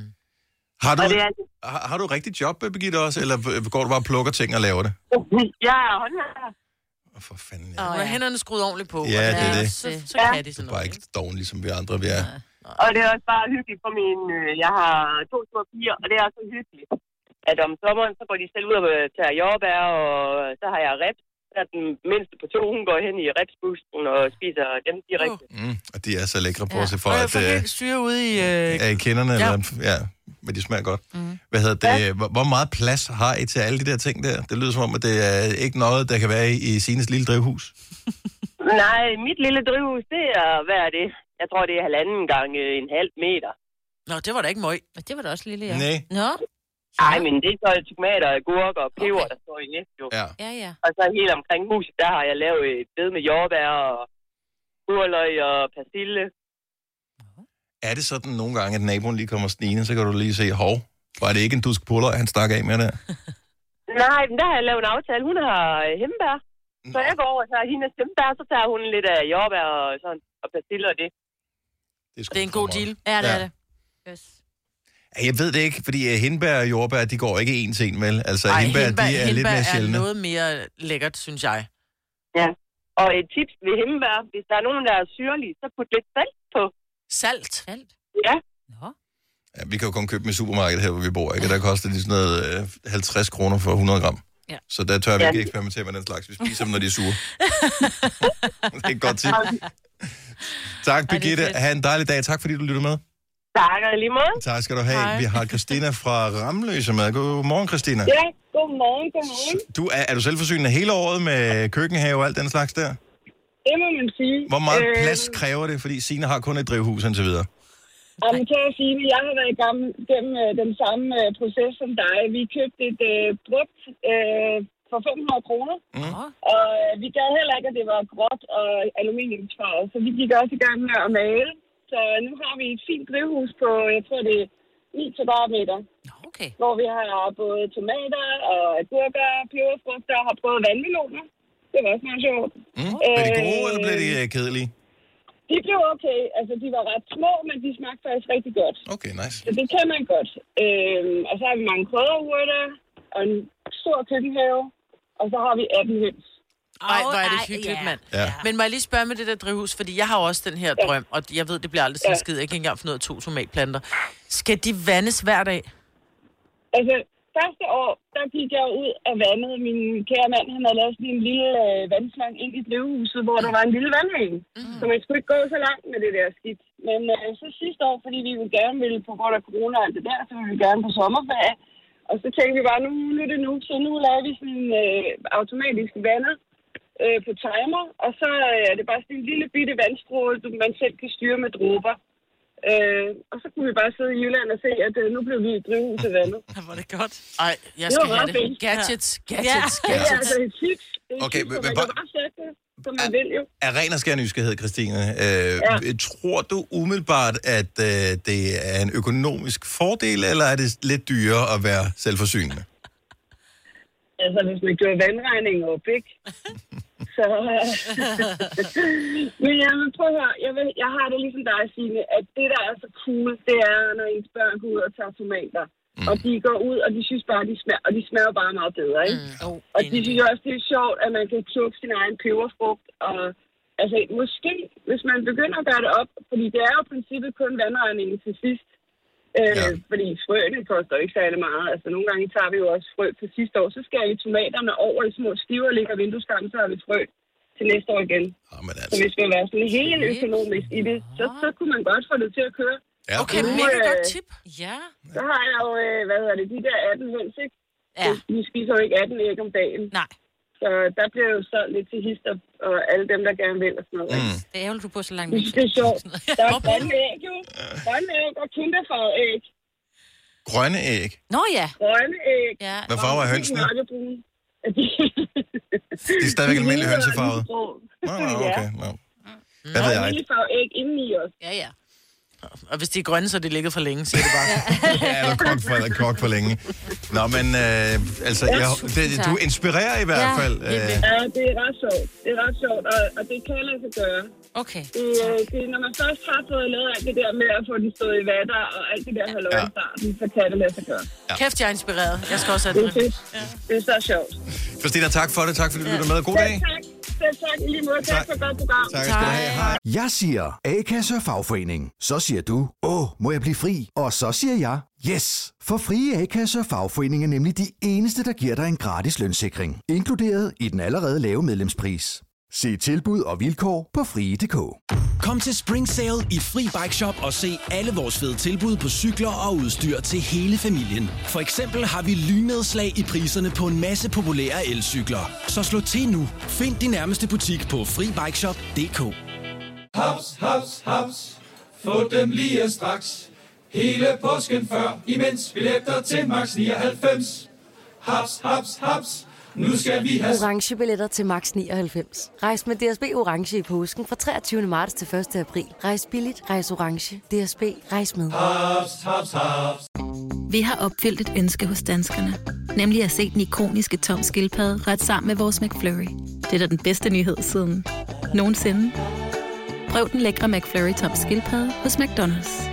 Har du et rigtigt job, Birgitte, også? Eller går du bare og plukker ting og laver det? Jeg er håndværker. For fanden, ja. Og hænderne skruet ordentligt på. Ja, det er det. Så kan de sådan noget. Bare ikke doven, ligesom vi andre, vi er. Og det er også bare hyggeligt for jeg har 2 små piger, og det er også så hyggeligt, at om sommeren, så går de selv ud og tager jordbær, og så har jeg reps. Der er den mindste på 2, hun går hen i repsbussen og spiser dem direkte. Og de er så lækre på sig for, at... Og jeg får styre ude i... i kinderne, eller, men de smager godt. Hvad hedder det? Hvor meget plads har I til alle de der ting der? Det lyder som om, at det er ikke noget, der kan være i Signes lille drivhus. Nej, mit lille drivhus, det er, hvad er det? Jeg tror, det er 1,5 gange 1,5 meter. Nå, det var da ikke møg. Det var da også lille, ja. Nej. Nå. Nej, men det er så tomater, agurker og peber, der står i næste jo. Ja. Og så helt omkring huset, der har jeg lavet et bed med jordbær og purløg og persille. Er det sådan nogle gange, at naboen lige kommer snigende, så kan du lige se, hov, var det ikke en dusk purløg, han stak af med der? Nej, men der har jeg lavet en aftale. Hun har hembær. Så jeg går over og tager hendes hembær, så tager hun lidt af jordbær og sådan, og persille og det. Det er en god deal. Ja, det er det. Yes. Jeg ved det ikke, fordi hindbær og jordbær, de går ikke en til en, vel? Altså, hindbær, de er lidt mere sjældne. Er noget mere lækkert, synes jeg. Ja, og et tips ved hindbær, hvis der er nogen, der er syrlige, så put lidt salt på. Salt? Ja. Nå. Ja, vi kan jo kun købe dem i supermarkedet her, hvor vi bor, ikke? Der koster de sådan noget 50 kroner for 100 gram. Ja. Så der tør vi ikke eksperimentere med den slags. Vi spiser dem, når de er sure. Det er et godt tip. Tak, Birgitte. Ha' en dejlig dag. Tak, fordi du lytter med. Tak, og lige måde. Tak skal du have. Hej. Vi har Christina fra Ramløse med. Godmorgen, Christina. Ja, godmorgen. Er du selvforsynende hele året med køkkenhave og alt den slags der? Det må man sige. Hvor meget plads kræver det? Fordi Signe har kun et drivhus indtil videre. Jamen, kan jeg sige, at jeg har været gennem den samme proces som dig. Vi købte et brugt for 500 kroner. Og vi gad heller ikke, at det var gråt og aluminiumsfarvet. Så vi gik også i gang med at male. Så nu har vi et fint drivhus på, jeg tror det er 9 kvadratmeter. Okay. Hvor vi har både tomater og agurker, peberfrugter og har prøvet vandmeloner. Det var også meget sjovt. Bliver de gode, eller bliver de kedelige? De blev okay. Altså, de var ret små, men de smagte faktisk rigtig godt. Okay, nice. Så det kan man godt. Og så har vi mange krydderurter og en stor køkkenhave. Og så har vi 18 høns. Ej, hvor er det hyggeligt, mand. Ja. Men må jeg lige spørge med det der drivhus, fordi jeg har også den her drøm, og jeg ved, det bliver aldrig sådan skid. Jeg kan ikke engang finde ud af 2 tomatplanter. Skal de vandes hver dag? Altså, første år, der gik jeg ud og vandede. Min kære mand, han havde lavet sådan en lille vandslang ind i drivhuset, hvor der var en lille vandhæng. Så man skulle ikke gå så langt med det der skidt. Men så sidste år, fordi vi gerne ville på grund af corona og alt det der, så ville vi gerne på sommerferie. Og så tænkte vi bare, nu er det nu. Så nu laver vi sådan en automatisk vandet på timer. Og så er det bare sådan en lille bitte vandstråle, man selv kan styre med dråber. Og så kunne vi bare sidde i Jylland og se, at nu blev vi i drivhuset vandet. Hvor er det godt. Ej, jeg skal have det. Gadgets. Ja, det er altså et tips. Okay, men bare sætte det, som man vil jo. Er ren og skær nysgerrighed, Christine. Tror du umiddelbart, at det er en økonomisk fordel, eller er det lidt dyrere at være selvforsynende? Altså, hvis man gør vandregningen op, ikke? Så... Men prøv at høre. Jeg har det ligesom dig, Signe, at det, der er så cool, det er, når ens børn går ud og tager tomater. Og de går ud, og de synes bare, de smager bare meget bedre, ikke? Og de synes også, det er sjovt, at man kan plukke sin egen peberfrugt. Og altså, måske, hvis man begynder at gøre det op, fordi det er jo i princippet kun vandregningen til sidst. Fordi frøene koster jo ikke særlig meget. Altså, nogle gange tager vi jo også frø til sidste år. Så skærer vi tomaterne over i små skiver, ligger vindueskarmen, så har vi frø til næste år igen. Altså. Så hvis man vil være sådan helt økonomisk i det, så kunne man godt få det til at køre. Ja. Okay, mega godt tip. Ja. Så har jeg jo, de der 18 høns, ikke? Ja. Vi spiser jo ikke 18 æg om dagen. Nej. Så der bliver jo så lidt til hister, og alle dem, der gerne vil og sådan noget. Det er jo, du bor så langt. Det er sjovt. Der er grønne æg jo. Grønne æg og kinderfarvede æg. Grønne æg? Nå ja. Grønne æg. Ja. Hvad farve er hønsene? De er stadigvæk almindelige hønsefarvet? Nå, okay. Nå. Hvad ved jeg? Almindelige æg indeni også. Ja. Og hvis de er grønne, så er de ligget for længe, siger det bare. Ja, eller kogt for længe. Nå, men altså, du inspirerer i hvert fald. Ja, det er ret sjovt. Det er ret sjovt, og det kan lade sig gøre. Okay. Det, når man først har fået lavet alt det der med at få den stået i vatter, og alt det der halløj i starten, så kan det lade sig gøre. Ja. Kæft, jeg er inspireret. Jeg skal også have det. Det er så sjovt. Christina, tak for det. Tak fordi du lyttede med. God dag. Selv tak. I lige måde. Tak for et godt program. Tak skal du have. Hej. Jeg siger A-kasse og fagforening. Så siger du, må jeg blive fri? Og så siger jeg, yes! For frie A-kasse og fagforening er nemlig de eneste, der giver dig en gratis lønssikring. Inkluderet i den allerede lave medlemspris. Se tilbud og vilkår på frie.dk. Kom til Spring Sale i Fri Bike Shop og se alle vores fede tilbud på cykler og udstyr til hele familien. For eksempel har vi lynedslag i priserne på en masse populære elcykler. Så slå til nu. Find din nærmeste butik på FriBikeShop.dk. Haps, haps, haps. Få dem lige straks. Hele påsken før, imens billetter til max 99. Haps, haps, haps. Nu skal vi have orange billetter til max 99. Rejs med DSB orange i påsken fra 23. marts til 1. april. Rejs billigt, rejs orange. DSB, rejs med. Haps, haps, haps. Vi har opfyldt et ønske hos danskerne. Nemlig at se den ikoniske Tom Skildpadde ret sammen med vores McFlurry. Det er da den bedste nyhed siden nogensinde. Prøv den lækre McFlurry Tom Skildpadde hos McDonald's.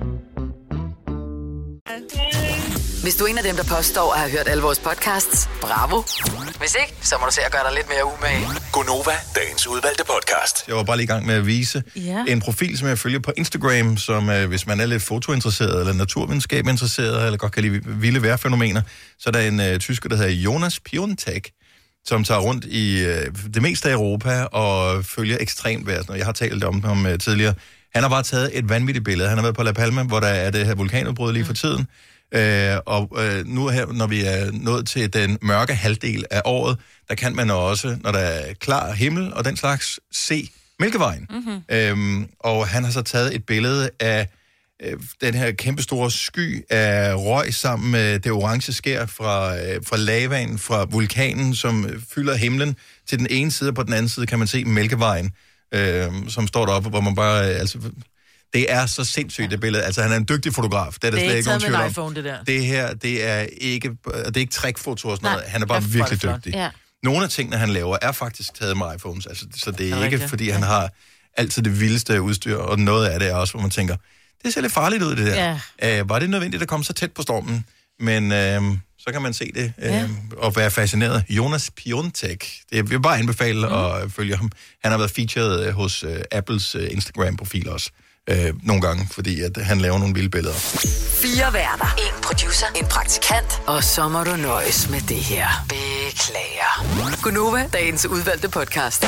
Hvis du er en af dem, der påstår at have hørt alle vores podcasts, bravo. Hvis ikke, så må du se at gøre dig lidt mere umage. Gonova, dagens udvalgte podcast. Jeg var bare lige i gang med at vise en profil, som jeg følger på Instagram, som hvis man er lidt fotointeresseret, eller naturvidenskab interesseret, eller godt kan lide vilde vejrfænomener, så er der en tysker, der hedder Jonas Piontek, som tager rundt i det meste af Europa og følger ekstremt vejr. Jeg har talt om ham tidligere. Han har bare taget et vanvittigt billede. Han har været på La Palma, hvor der er det her vulkanudbrud lige for tiden. Nu her, når vi er nået til den mørke halvdel af året, der kan man også, når der er klar himmel og den slags, se Mælkevejen. Og han har så taget et billede af den her kæmpestore sky af røg sammen med det orange skær fra lavaen, fra vulkanen, som fylder himlen. Til den ene side, og på den anden side kan man se Mælkevejen, som står deroppe, hvor man bare... Det er så sindssygt, det billede. Altså, han er en dygtig fotograf. Det er der slet ikke nogen tvivl om. iPhone, det der. Det her, det er ikke trickfoto og sådan noget. Han er bare virkelig dygtig. Ja. Nogle af tingene, han laver, er faktisk taget med iPhones. Altså, så det er ikke, fordi han har altid det vildeste udstyr, og noget af det er også, hvor man tænker, det ser lidt farligt ud, det der. Ja. Var det nødvendigt at komme så tæt på stormen? Men så kan man se det og være fascineret. Jonas Piontek, jeg vil bare anbefale at følge ham. Han har været featured hos Apples Instagram-profil også. Nogle gange, fordi at han laver nogle vilde billeder. 4 værter, 1 producer, 1 praktikant, og så må du nøjes med det her. Beklager. Gunova, dagens udvalgte podcast.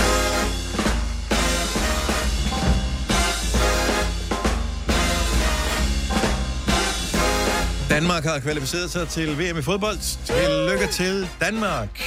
Danmark har kvalificeret sig til VM i fodbold. Tillykke til Danmark.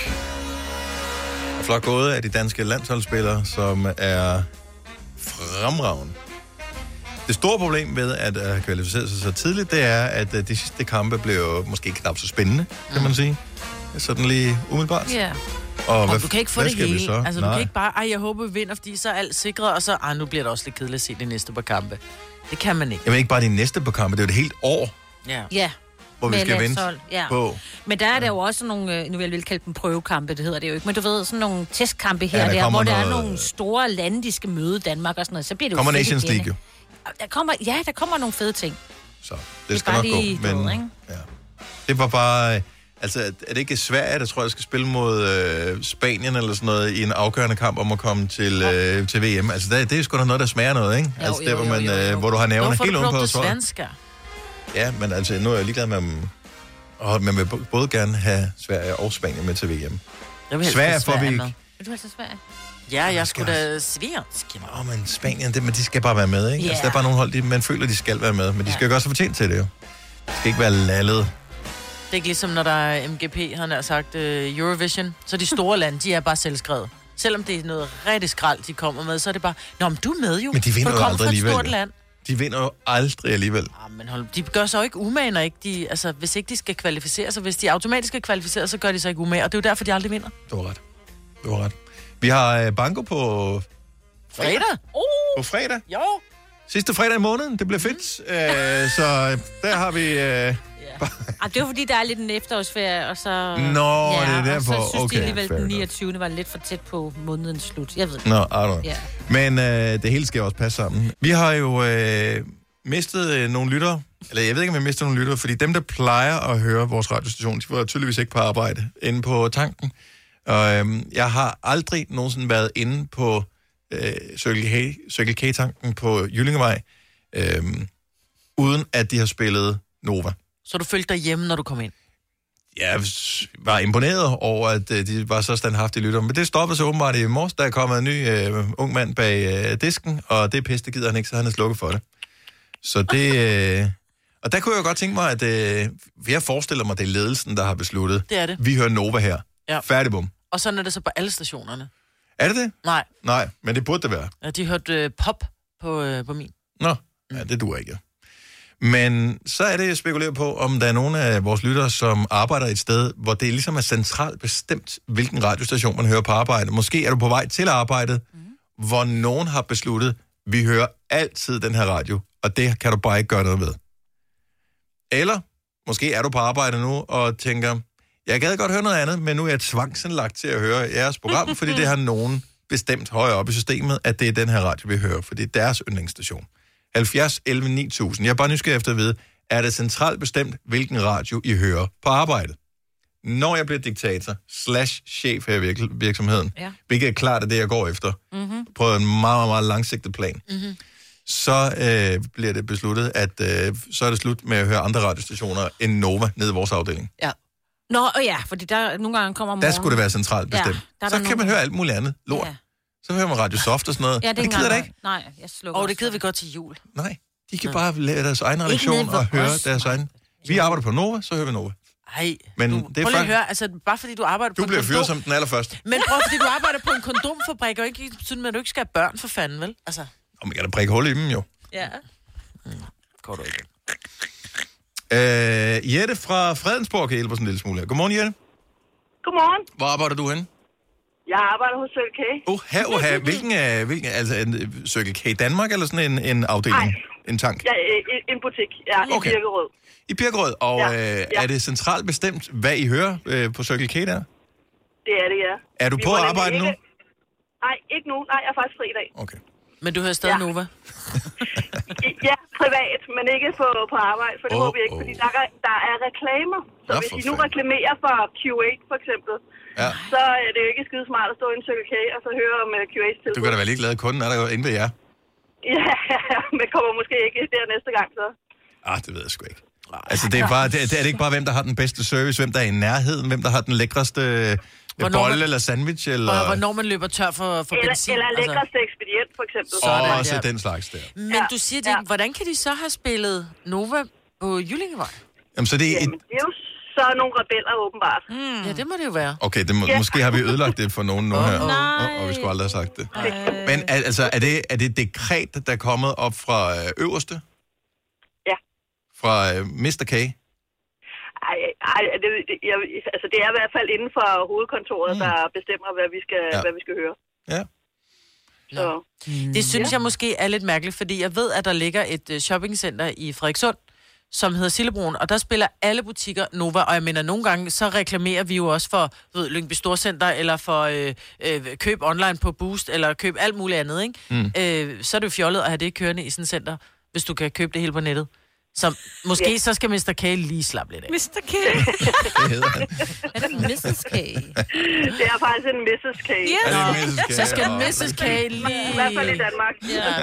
Og flot gået af de danske landsholdsspillere, som er fremragende. Det store problem ved at kvalificere sig så tidligt, det er, at de sidste kampe blev måske knap så spændende, kan man sige. Sådan lige umiddelbart. Ja. Og du kan ikke få det hele. Så? Altså, du kan ikke bare, jeg håber, vi vinder, fordi så er alt sikret, og så, nu bliver det også lidt kedeligt at se de næste par kampe. Det kan man ikke. Jamen ikke bare de næste par kampe, det er jo et helt år, Ja. hvor vi skal vente på. Men der er der jo også nogle, nu vil jeg kalde dem prøvekampe, det hedder det jo ikke, men du ved, sådan nogle testkampe her, der hvor der noget... er nogle store lande, de skal møde Danmark og sådan noget, så bliver det jo kommer fedt Nations igen. League jo. Der kommer nogle fede ting. Så det skal nok gå. Men det var bare... Altså, er det ikke Sverige, der tror jeg, skal spille mod Spanien eller sådan noget i en afgørende kamp om at komme til VM? Altså, det er sgu da noget, der smager noget, ikke? Jo, altså, der hvor man, hvor du har nævnet helt udenpå, tror jeg. Ja, men altså, nu er jeg ligeglad med dem. Og man vil både gerne have Sverige og Spanien med til VM. Sverige får vi ikke. Vil du have til Sverige? Ja, jeg skulle da svensk. Men Spanien, men de skal bare være med, ikke? Yeah. Altså, der er bare nogle hold, man føler, de skal være med. Men de skal jo gøre sig fortjent til det, jo. De skal ikke være lallet. Det er ikke ligesom, når der er MGP, han har sagt Eurovision. Så de store lande, de er bare selvskrevet. Selvom det er noget rigtig skrald, de kommer med, så er det bare, nå, men du er med jo. Men de vinder jo aldrig alligevel. Stort land. De vinder jo aldrig alligevel. Men de gør så ikke umager, ikke? Altså, hvis ikke de skal kvalificere sig, hvis de automatisk skal kvalificere, så gør de så ikke umager. Og det er jo derfor, de aldrig vinder. Du har ret. Vi har banko på fredag. På fredag? Jo. Sidste fredag i måneden, det bliver fedt. Så der har vi... Det var fordi, der er lidt en efterårsferie, og så... Nå, det er derfor. Og så synes okay, de alligevel, den 29. var lidt for tæt på månedens slut. Jeg ved det. Nå, Men det hele skal også passe sammen. Vi har jo mistet nogle lyttere. Eller jeg ved ikke, om vi mister nogle lyttere, fordi dem, der plejer at høre vores radiostation, de var tydeligvis ikke på arbejde inde på tanken. Og jeg har aldrig nogensinde været inde på Circle K-tanken på Jyllingevej, uden at de har spillet Nova. Så du følte dig hjemme, når du kom ind? Jeg var imponeret over, at de var så standhaftige lyttere. Men det stoppede så åbenbart i morges, der er kommet en ny ung mand bag disken, og det pisse, det gider han ikke, så han er slukket for det. Så det... og der kunne jeg godt tænke mig, at jeg forestiller mig, det er ledelsen, der har besluttet. Det er det. Vi hører Nova her. Ja. Færdigbum. Og sådan er det så på alle stationerne. Er det det? Nej. Nej, men det burde det være. Ja, de hørte pop på min. Nå, ja, det duer ikke. Men så er det, jeg spekulerer på, om der er nogle af vores lyttere, som arbejder et sted, hvor det ligesom er centralt bestemt, hvilken radiostation man hører på arbejde. Måske er du på vej til arbejdet, hvor nogen har besluttet, vi hører altid den her radio, og det kan du bare ikke gøre noget ved. Eller måske er du på arbejde nu og tænker, jeg gad godt høre noget andet, men nu er jeg tvangsindlagt til at høre jeres program, fordi det har nogen bestemt højere op i systemet, at det er den her radio, vi hører, for det er deres yndlingsstation. 70 11 9000. Jeg er bare nysgerrig efter at vide, er det centralt bestemt, hvilken radio I hører på arbejdet? Når jeg bliver diktator /chef her i virksomheden, hvilket er klart, at det, jeg går efter, på en meget, meget, meget langsigtet plan, så bliver det besluttet, at så er det slut med at høre andre radiostationer end Nova nede i vores afdeling. Ja. Nå, ja, fordi der nogle gange kommer morgen. Der skulle det være centralt bestemt. Ja, så kan man høre alt muligt andet lort. Ja. Så hører man Radio Soft og sådan noget. Ja, det gider da ikke. Nej, jeg slukker. Det gider vi godt til jul. Nej, de kan bare lave deres egen redaktion og høre deres egen. Vi arbejder på Nova, så hører vi Nova. Ej, men prøv lige at høre, altså bare fordi du arbejder på en kondom... Du bliver fyret som den allerførste. Men prøv, fordi du arbejder på en kondomfabrik, og ikke sådan, at du ikke skal have børn for fanden, vel? Altså... Og man kan da prikke hul i dem, jo. Ja. Går du ikke. Jette fra Fredensborg kan hjælpe os en lille smule her. Godmorgen, Jette. Godmorgen. Hvor arbejder du henne? Jeg arbejder hos Circle K. Hvilken altså en Circle K Danmark, eller sådan en afdeling? Nej. En tank? Ja, en butik. Ja, okay. I Birkerød. I Birkerød, og er det centralt bestemt, hvad I hører på Circle K der? Det er det, ja. Er du på arbejde nu? Nej, ikke nu. Nej, jeg er faktisk fri i dag. Okay. Men du hører stadig Nova? Ja, privat, men ikke på arbejde, for det må vi ikke, fordi der er reklamer. Så hvis I nu reklamerer for Q8 for eksempel, så er det jo ikke skide smart at stå i en Circle K og så høre om Q8 tilbud. Du kan da være ligeglad, kunden er der jo inde ved jer. Ja, men kommer måske ikke der næste gang, så. Det ved jeg sgu ikke. Altså, det er, bare, det er ikke bare, hvem der har den bedste service, hvem der er i nærheden, hvem der har den lækreste bolle eller sandwich, eller... Og hvornår man løber tør for benzin. Eller lækreste ekspedient, for eksempel. Også den slags der. Men du siger, det, hvordan kan de så have spillet Nova på Jyllingevej? Jamen, så det er... Jamen, det er jo så nogle rebeller, åbenbart. Ja, det må det jo være. Okay, måske har vi ødelagt det for nogen nu her. Og vi skulle aldrig have sagt det. Men altså, er det dekret, der er kommet op fra øverste? Ja. Fra Mr. K? Det er i hvert fald inden for hovedkontoret, der bestemmer, hvad vi skal høre. Ja. Så. Det synes jeg måske er lidt mærkeligt, fordi jeg ved, at der ligger et shoppingcenter i Frederikssund, som hedder Sillebroen, og der spiller alle butikker Nova, og jeg mener, nogle gange, så reklamerer vi jo også for Lyngby Storcenter, eller for køb online på Boost, eller køb alt muligt andet, ikke? Så er det jo fjollet at have det kørende i sådan et center, hvis du kan købe det hele på nettet. Så måske så skal Mr. K lige slappe lidt af. Mr. K? Det hedder han. Er det Mrs. K? Det er faktisk en Mrs. K. Ja, så skal Mrs. K lige... I hvert fald i Danmark.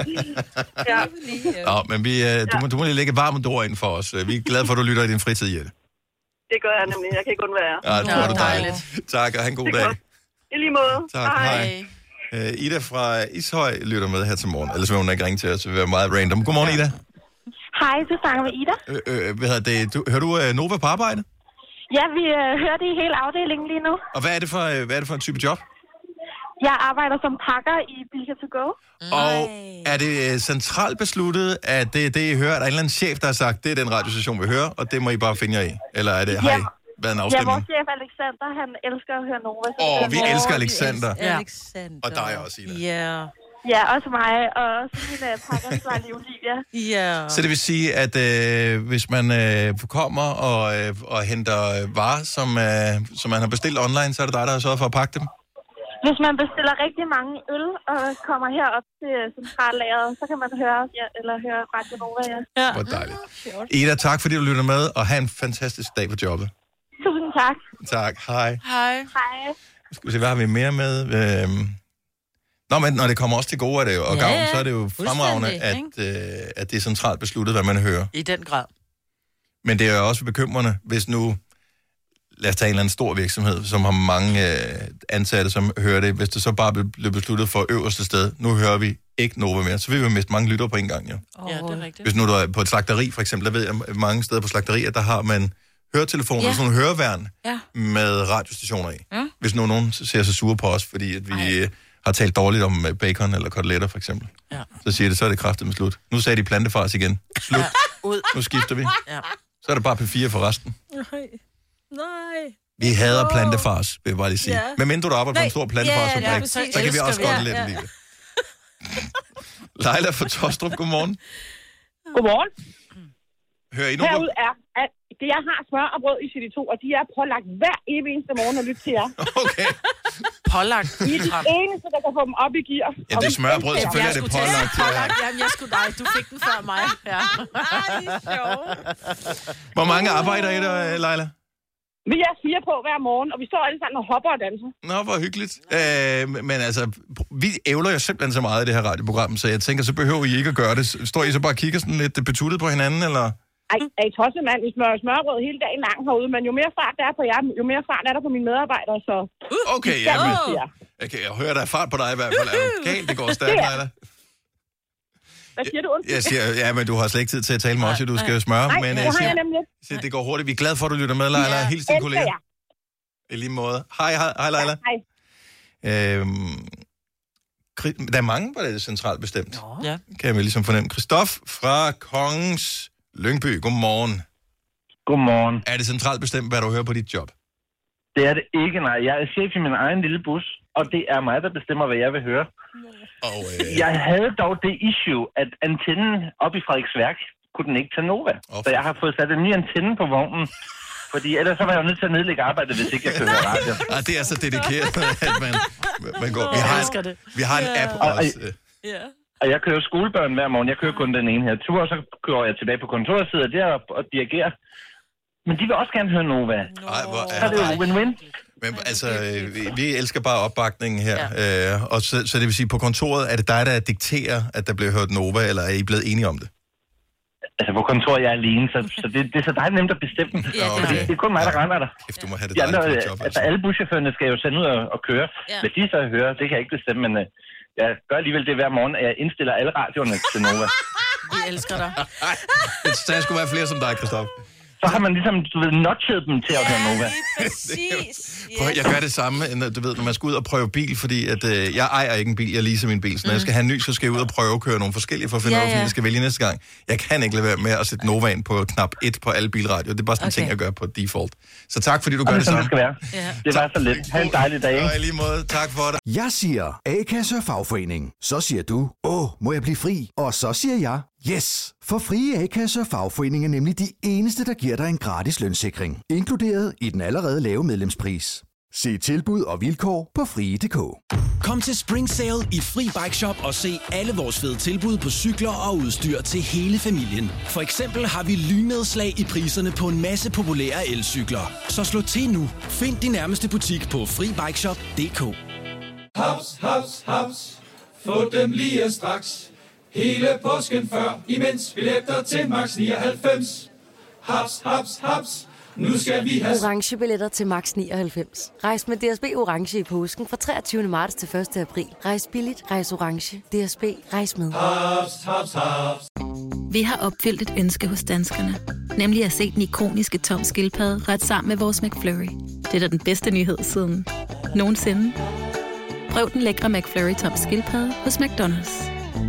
Ja. Men du må lige lægge varme ord ind for os. Vi er glade for, at du lytter i din fritid, Jette. Det gør jeg nemlig. Jeg kan ikke undvære. Det var dejligt. Tak, og have en god dag. I lige måde. Tak, hej. Ida fra Ishøj lytter med her til morgen. Ellers vil hun ikke ringe til os. Det vil være meget random. Godmorgen, Ida. Hej, du snakker med Ida. Hører du Nova på arbejde? Ja, vi hører det i hele afdelingen lige nu. Og hvad er det for en type job? Jeg arbejder som pakker i Bilka to Go. Og er det centralt besluttet, at det er det, I hører? Er der en eller anden chef, der har sagt, det er den radiostation, vi hører, og det må I bare finde jer i? Eller har I været en afstemning? Ja, vores chef Alexander, han elsker at høre Nova. Vi elsker Alexander. Alexander. Og dig også, Ida. Ja. Ja, også mig, og også min pakkersvarlige Olivia. Ja. Så det vil sige, at hvis man kommer og henter varer, som man har bestilt online, så er det dig, der har sørget for at pakke dem? Hvis man bestiller rigtig mange øl og kommer herop til centrallageret, så kan man høre Radio Nova, ja. Hvor dejligt. Ida, tak fordi du lytter med, og have en fantastisk dag på jobbet. Tusind tak. Tak, hej. Hej. Skal vi se, hvad har vi mere med? Men når det kommer også til gode af det og gavn, så er det jo fremragende, at det er centralt besluttet, hvad man hører. I den grad. Men det er jo også bekymrende, hvis nu, lad os tage en eller anden stor virksomhed, som har mange ansatte, som hører det. Hvis det så bare bliver besluttet for øverste sted, nu hører vi ikke Nova mere, så vil vi jo miste mange lyttere på en gang, jo. Ja, det er rigtigt. Hvis nu du er på et slagteri, for eksempel, der ved jeg mange steder på slagterier, der har man høretelefoner, sådan nogle høreværn med radiostationer i. Ja. Hvis nu nogen ser sig sure på os, fordi at vi har talt dårligt om bacon eller koteletter, for eksempel. Ja. Så siger det, så er det kraftigt med slut. Nu sagde de plantefars igen. Slut. Nu skifter vi. Ja. Så er det bare P4 for resten. Nej. Vi hader plantefars, vil jeg bare lige sige. Ja. Men mindre du arbejder på en stor plantefars, så kan vi også godt lide det. Leila fra Tostrup, godmorgen. Godmorgen. Hører I nu? Herude er, at jeg har smør og brød i CD2, og de er pålagt hver evig eneste morgen at lytte til jer. Okay. Pålagt? I er de eneste, der kan få dem op i gear. Ja, det er smør og brød, selvfølgelig er det pålagt. Jamen, jeg skulle dig. Du fik den før mig. Ja. Hvor mange arbejder I der, Leila? Vi er 4 på hver morgen, og vi står alle sammen og hopper og danser. Nå, hvor hyggeligt. Men altså, vi ævler jo simpelthen så meget i det her radioprogram, så jeg tænker, så behøver I ikke at gøre det. Står I så bare og kigger sådan lidt betuttet på hinanden, eller? Ej, er I tosset, mand? Vi smører smørbrød hele dagen lang herude, men jo mere fart der er på jer, jo mere fart er der på mine medarbejdere, så... Okay, ja, men... Okay, jeg hører, der er fart på dig i hvert fald. Er du galt? Det går stærkt, Leila. Hvad siger du? Jeg siger, ja, men du har slet ikke tid til at tale med os, du skal jo smøre. Nej, men det har jeg nemlig ikke. Det går hurtigt. Vi er glade for, at du lytter med, Leila. Hils din kollega. I lige måde. Hej, Leila. Hej. Der er mange, hvor det er centralt bestemt. Ja. Kan jeg vel ligesom fornemme. Christoph fra Kongens Lyngby. Godmorgen. Godmorgen. Er det centralt bestemt, hvad du hører på dit job? Det er det ikke, nej. Jeg er chef i min egen lille bus, og det er mig, der bestemmer, hvad jeg vil høre. Jeg havde dog det issue, at antennen op i Frederiksværk kunne den ikke tage Nova. Så jeg har fået sat en ny antenne på vognen. Fordi ellers så var jeg jo nødt til at nedlægge arbejdet, hvis ikke jeg kunne høre radio. Det er så dedikeret, at man går. Vi har en app også. Og jeg kører skolebørn hver morgen. Jeg kører kun den ene her tur, og så kører jeg tilbage på kontoret, sidder der og dirigerer. Men de vil også gerne høre Nova. Ej, hvor så det er jo win-win. Men altså, vi elsker bare opbakningen her. Ja. Og så det vil sige, på kontoret, er det dig, der dikterer, at der bliver hørt Nova, eller er I blevet enige om det? Altså, på kontoret jeg er alene, så det er så dig nemt at bestemme. Ja, okay. Det er kun mig, der render der. Kæft, du må have det de andre, job, altså. Alle buschaufførerne skal jo sende ud og køre. Ja. Hvis de så hører, det kan jeg ikke bestemme, men jeg gør alligevel det hver morgen, at jeg indstiller alle radioerne til Nova. Vi elsker dig. Så der skulle være flere som dig, Christoph. Så har man ligesom, notchet dem til at høre Nova. Præcis. Jeg gør det samme, når man skal ud og prøve bil, fordi at, jeg ejer ikke en bil, jeg leaser min bil. Så når jeg skal have en ny, så skal jeg ud og prøve at køre nogle forskellige, for at finde ud af, hvilken jeg skal vælge næste gang. Jeg kan ikke lade være med at sætte Nova ind på knap 1 på alle bilradio. Det er bare sådan en ting, jeg gør på default. Så tak, fordi du gør det samme. Det skal være. Det var så lidt. Ha' en dejlig dag, ikke? Og i lige måde, tak for det. Jeg siger A-kasse og fagforening. Så siger du, må jeg blive fri? Og så siger jeg, yes! For frie A-kasse og fagforening er nemlig de eneste, der giver dig en gratis lønssikring. Inkluderet i den allerede lave medlemspris. Se tilbud og vilkår på frie.dk. Kom til Spring Sale i Fri Bike Shop og se alle vores fede tilbud på cykler og udstyr til hele familien. For eksempel har vi lynnedslag i priserne på en masse populære elcykler. Så slå til nu. Find din nærmeste butik på FriBikeShop.dk. Haps, haps, haps. Få dem lige straks. Hele påsken før, imens billetter til max 99. Haps, haps, haps. Nu skal vi have orange billetter til max 99. Rejs med DSB orange i påsken fra 23. marts til 1. april. Rejs billigt, rejs orange. DSB, rejs med. haps, haps, haps. Vi har opfyldt et ønske hos danskerne. Nemlig at se den ikoniske Tom Skildpadde ret sammen med vores McFlurry. Det er da den bedste nyhed siden nogensinde. Prøv den lækre McFlurry Tom Skildpadde hos McDonald's.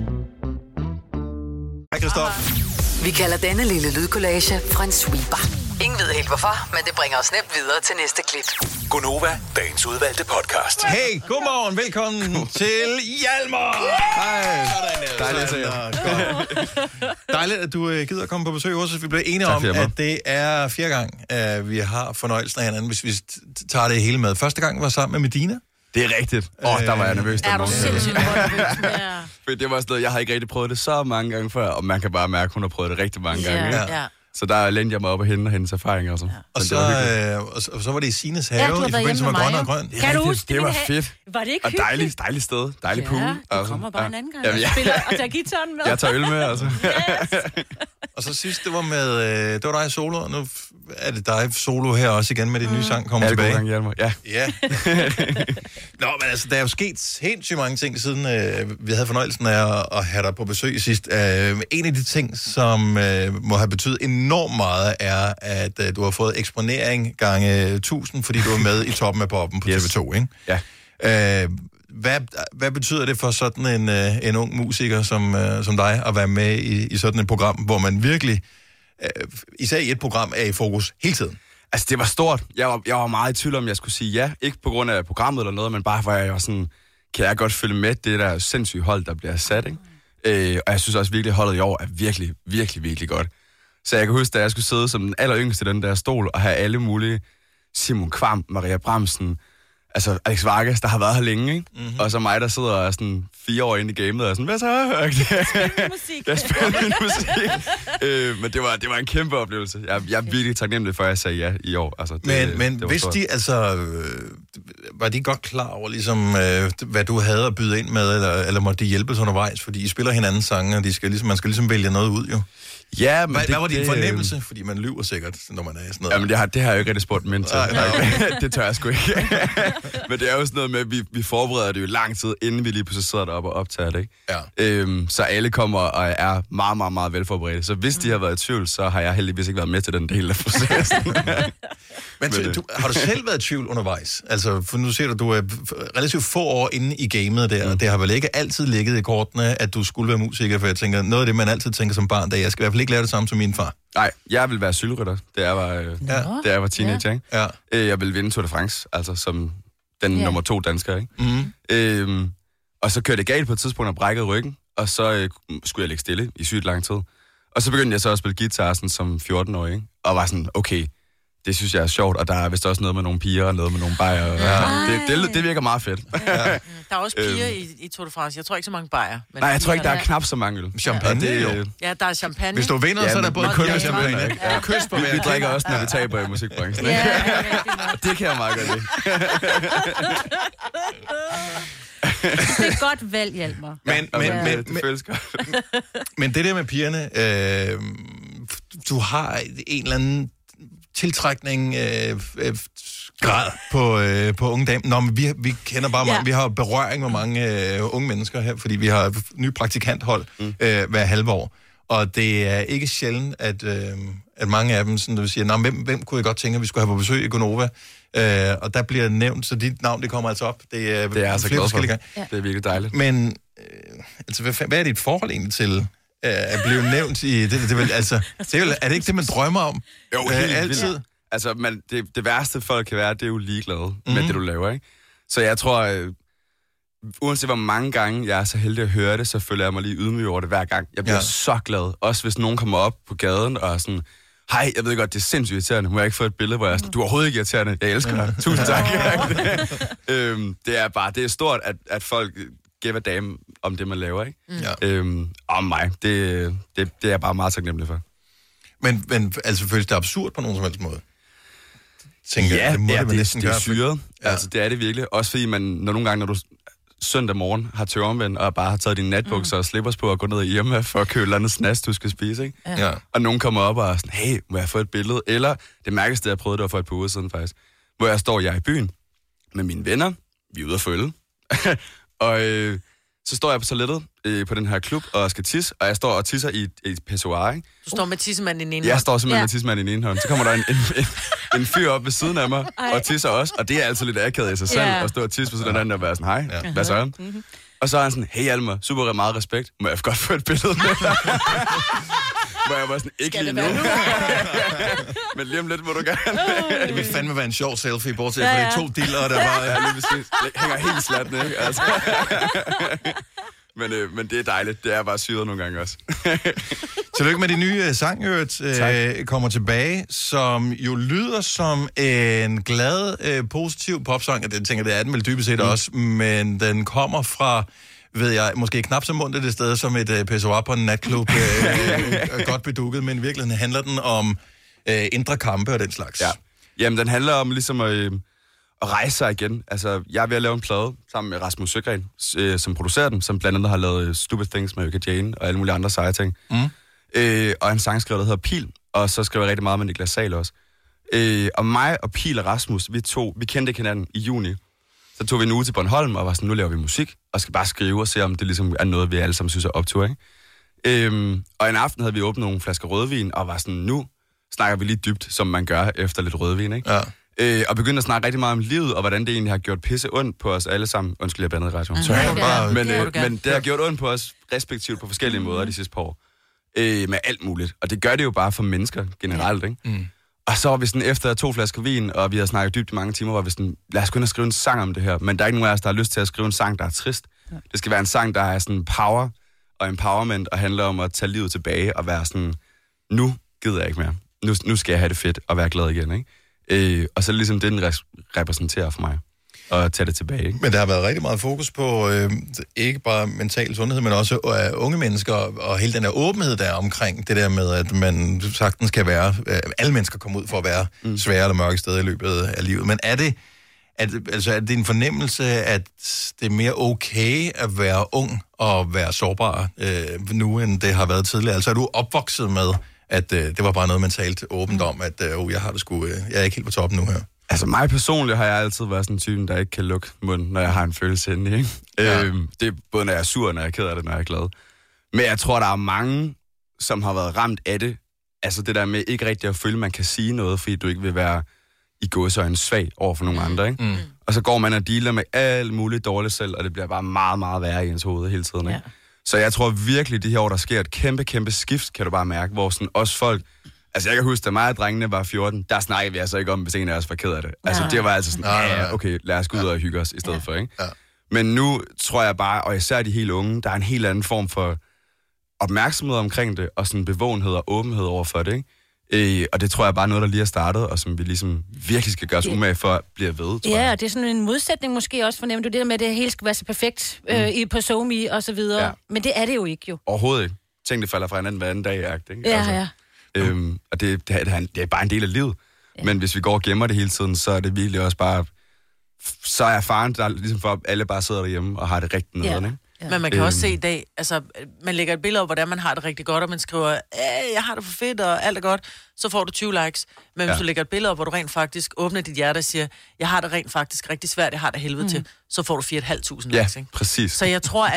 Hej, Christoph. Vi kalder denne lille lydkollage en sweeper. Ingen ved helt hvorfor, men det bringer os nemt videre til næste klip. Gonova, dagens udvalgte podcast. Hey, godmorgen. Velkommen til Hjalmar. Hej. Dejligt at se jer. Dejligt, at du gider at komme på besøg hos os. Vi blev enige om, at det er 4. gang, vi har fornøjelsen af hinanden, hvis vi tager det hele med. Første gang var sammen med Medina. Det er rigtigt. Der var jeg nervøs. Er du sindssygt nervøs? For det var sådan noget, jeg har ikke rigtig prøvet det så mange gange før, og man kan bare mærke, at hun har prøvet det rigtig mange gange. Ja. Så der lændte jeg mig op og hente hendes erfaringer. Altså. Ja. Og så var det i Sines have i forbindelse med Grøn og Grøn. Kan du huske det? var fedt. Var det ikke hyggeligt? Og dejligt sted. Dejlig pool. Ja, du kommer bare en anden gang. Jeg spiller og tager guitaren med. Jeg tager øl med, altså. Yes. Og så sidst, det var dig solo, og nu er det dig solo her også igen med din nye sang kommer tilbage. God gang, ja. Nå, men altså, der er jo sket sindssygt mange ting, siden vi havde fornøjelsen af at have dig på besøg sidst. En af de ting, som må have betydet enormt meget, er, at du har fået eksponering gange 1000, fordi du er med i Toppen af Poppen på TV2, ikke? Ja. Hvad betyder det for sådan en ung musiker som dig at være med i sådan et program, hvor man virkelig, især i et program, er i fokus hele tiden? Altså, det var stort. Jeg var meget i tvivl om, jeg skulle sige ja. Ikke på grund af programmet eller noget, men bare for jeg var sådan, kan jeg godt følge med det der sindssyge hold, der bliver sat, ikke? Og jeg synes også virkelig, holdet i år er virkelig, virkelig, virkelig godt. Så jeg kan huske, da jeg skulle sidde som den alleryngste i den der stol, og have alle mulige, Simon Kvam, Maria Bramsen, altså Alex Vargas, der har været her længe, ikke? Mm-hmm. Og så mig, der sidder og er sådan 4 år inde i gamet, og sådan, hvad så? Jeg spiller min musik. Men det var en kæmpe oplevelse. Jeg er virkelig taknemmelig for, at jeg sagde ja i år. Altså, men det hvis de, altså, var de godt klar over, ligesom, hvad du havde at byde ind med, eller måtte de hjælpes undervejs? Fordi I spiller hinandens sange, og man skal ligesom vælge noget ud, jo. Ja, men hvad var din fornemmelse? Fordi man lyver sikkert, når man er sådan noget. Jamen, det har jeg jo ikke rigtig spurgt dem ind til. Det tør jeg sgu ikke. Men det er jo sådan noget med, at vi forbereder det jo lang tid, inden vi lige pludselig sidder deroppe og optager det, ikke? Ja. Så alle kommer og er meget, meget, meget velforberedte. Så hvis de har været i tvivl, så har jeg heldigvis ikke været med til den del af processen. Men har du selv været i tvivl undervejs? Altså, for nu ser du er relativt få år inde i gamet der, og det har vel ikke altid ligget i kortene, at du skulle være musiker, for jeg tænker, noget af det, man altid tænker som barn, jeg skal i hvert fald ikke lave det samme som min far. Nej, jeg vil være cykelrytter, da jeg var teenager, ikke? Ja. Jeg vil vinde Tour de France, altså som den nummer 2 dansker, ikke? Mm-hmm. Og så kørte det galt på et tidspunkt og brækkede ryggen, og så skulle jeg ligge stille i sygt lang tid. Og så begyndte jeg så at spille guitar sådan, som 14-årig, ikke? Og var sådan, okay, Det synes jeg er sjovt, og der er vist også noget med nogle piger og noget med nogle bajer. Det virker meget fedt. Ja. Der er også piger i Tour de France. Jeg tror ikke så mange bajer. Nej, jeg tror ikke, der er knap så mange øl. Champagne, Ja, der er champagne. Hvis du vinder, så er der både køl og champagne. Ja. Kyst på vi drikker også, når vi taber i musikbranchen. Ja, det kan jeg meget godt lide. Det er godt valg, Hjalmar. Det føles godt. Men det der med pigerne, du har en eller anden tiltrækning grad på unge damer. Nå, men vi kender bare mange, vi har berøring med mange unge mennesker her, fordi vi har ny praktikanthold hver halve år. Og det er ikke sjældent, at mange af dem sådan, der siger, hvem kunne jeg godt tænke, at vi skulle have på besøg i Gonova? Og der bliver nævnt, så dit navn, det kommer altså op. Det er altså flere forskellige gange. Ja. Det er virkelig dejligt. Men altså, hvad er dit forhold egentlig til at blive nævnt i det? Er det ikke det, man drømmer om? Jo, altid. Vildt. Altså, det værste folk kan være, det er jo ligeglade med det, du laver, ikke? Så jeg tror, uanset hvor mange gange jeg er så heldig at høre det, så føler jeg mig lige ydmyg over det hver gang. Jeg bliver så glad. Også hvis nogen kommer op på gaden og sådan, hej, jeg ved godt, det er sindssygt irriterende. Må jeg ikke få et billede, hvor jeg er sådan, du er overhovedet ikke irriterende. Jeg elsker dig. Tusind tak. Det er stort, at folk giver dame om det, man laver, ikke? Om mig. Det er jeg bare meget taknemmelig for. Men altså, føles det absurd på nogen som helst måde? Tænker, ja, det er syret. Ja. Altså, det er det virkelig. Også fordi nogle gange, når du søndag morgen har tøromvendt og bare har taget dine natbukser og slippers på og gå ned i Irma for at købe et eller andet snask, du skal spise, ikke? Ja. Og nogen kommer op og er sådan, hey, må jeg få et billede? Eller det mærkeligste, jeg prøvede, det var for et par uger siden faktisk, hvor jeg i byen med mine venner, vi er ude at følge, og så står jeg på toilettet på den her klub og skal tisse, og jeg står og tisser i et pissoir, ikke? Du står med tissemanden i den ene hånd? Jeg står simpelthen med tissemanden i den ene hånd. Så kommer der en fyr op ved siden af mig og tisser også, og det er altid lidt akavet i sig selv at stå og tisse på sådan en anden og være sådan, hej, hvad så er han? Og så er han sådan, hey Hjalmar, super meget respekt, må jeg godt få et billede med dig? Hvor jeg var sådan, ikke lige nu. Men lige om lidt må du gerne. Det vil fandme være en sjov selfie, bortset fra de 2 diller, der bare hænger helt slatten, ikke? Altså. Men det er dejligt. Det er bare syret nogle gange også. Tillykke med de nye sang, kommer tilbage, som jo lyder som en glad, positiv popsang. Jeg tænker, det er den vel dybest set også, men den kommer fra, ved jeg, måske knap så mundt det sted som et pissoir på en natklub, godt bedukket, men i virkeligheden handler den om indre kampe og den slags. Ja. Jamen, den handler om ligesom at rejse sig igen. Altså, jeg er ved at lave en plade sammen med Rasmus Søgren, som producerer den, som blandt andet har lavet Stupid Things med Erika Jane og alle mulige andre seje ting. Og en sangskriver, der hedder Pil, og så skriver jeg rigtig meget med Niklas Sahl også. Og mig og Pil og Rasmus, vi kendte hinanden i juni. Så tog vi en uge til Bornholm og var sådan, nu laver vi musik, og skal bare skrive og se, om det ligesom er noget, vi alle sammen synes er optur, ikke? Og en aften havde vi åbnet nogle flasker rødvin, og var sådan, nu snakker vi lige dybt, som man gør efter lidt rødvin, ikke? Ja. Og begyndte at snakke rigtig meget om livet, og hvordan det egentlig har gjort pisse ondt på os alle sammen. Undskyld, jeg bandede i radioen. Men det har gjort ondt på os respektivt på forskellige måder de sidste par år. Med alt muligt. Og det gør det jo bare for mennesker generelt, ikke? Og så var vi sådan, efter 2 flasker vin, og vi havde snakket dybt i mange timer, var vi sådan, lad os gå ind og skrive en sang om det her. Men der er ikke nogen af os, der har lyst til at skrive en sang, der er trist. Det skal være en sang, der er sådan power og empowerment, og handler om at tage livet tilbage og være sådan, nu gider jeg ikke mere. Nu skal jeg have det fedt og være glad igen, ikke? Og så ligesom det, den repræsenterer for mig, og tage det tilbage, ikke? Men der har været rigtig meget fokus på, ikke bare mental sundhed, men også unge mennesker, og hele den her åbenhed, der er omkring det der med, at man sagtens kan være, alle mennesker kommer ud for at være svære eller mørke steder i løbet af livet. Men er det en fornemmelse, at det er mere okay at være ung og være sårbar nu, end det har været tidligere? Altså er du opvokset med, at det var bare noget, man talte åbent om, at jeg har det sgu, jeg er ikke helt på toppen nu her? Altså mig personligt har jeg altid været sådan en typen, der ikke kan lukke munden, når jeg har en følelse inde, ikke? Ja. Det er både, når jeg er sur, når jeg er ked af det, når jeg er glad. Men jeg tror, der er mange, som har været ramt af det. Altså det der med ikke rigtig at føle, man kan sige noget, fordi du ikke vil være i gåseøjne svag over for nogle andre, ikke? Og så går man og dealer med alt muligt dårligt selv, og det bliver bare meget, meget værre i ens hoved hele tiden, ikke? Ja. Så jeg tror virkelig, de her år, der sker et kæmpe, kæmpe skift, kan du bare mærke, hvor sådan også folk... Altså, jeg kan huske, da mig og drengene var 14, der snakkede vi altså ikke om, hvis en af os var ked af det. Altså, det var altså sådan, ja, okay, lad os gå ud og hygge os i stedet for, ikke? Ja. Men nu tror jeg bare, og især de helt unge, der er en helt anden form for opmærksomhed omkring det, og sådan bevågenhed og åbenhed over for det, Og det tror jeg bare er noget, der lige er startet, og som vi ligesom virkelig skal gøre os umage for at blive ved, tror jeg. Ja, og det er sådan en modsætning måske også, fornemmer du det der med, at det hele skal være så perfekt på SoMe og så videre. Ja. Men det er det jo ikke, jo. Overhovedet ikke. Tænk, det falder fra hinanden hver anden dag, ikke? Ja. Og det er bare en del af livet. Ja. Men hvis vi går og gemmer det hele tiden, så er det virkelig også bare... Så er faren, der ligesom for, at alle bare sidder derhjemme og har det rigtig noget, ikke? Ja. Men man kan også se i dag, altså, man lægger et billede af, hvordan man har det rigtig godt, og man skriver, jeg har det for fedt, og alt er godt, så får du 20 likes. Men hvis du lægger et billede af, hvor du rent faktisk åbner dit hjerte og siger, jeg har det rent faktisk rigtig svært, jeg har det helvede til, så får du 4.500 likes, ikke? Præcis. Så jeg tror,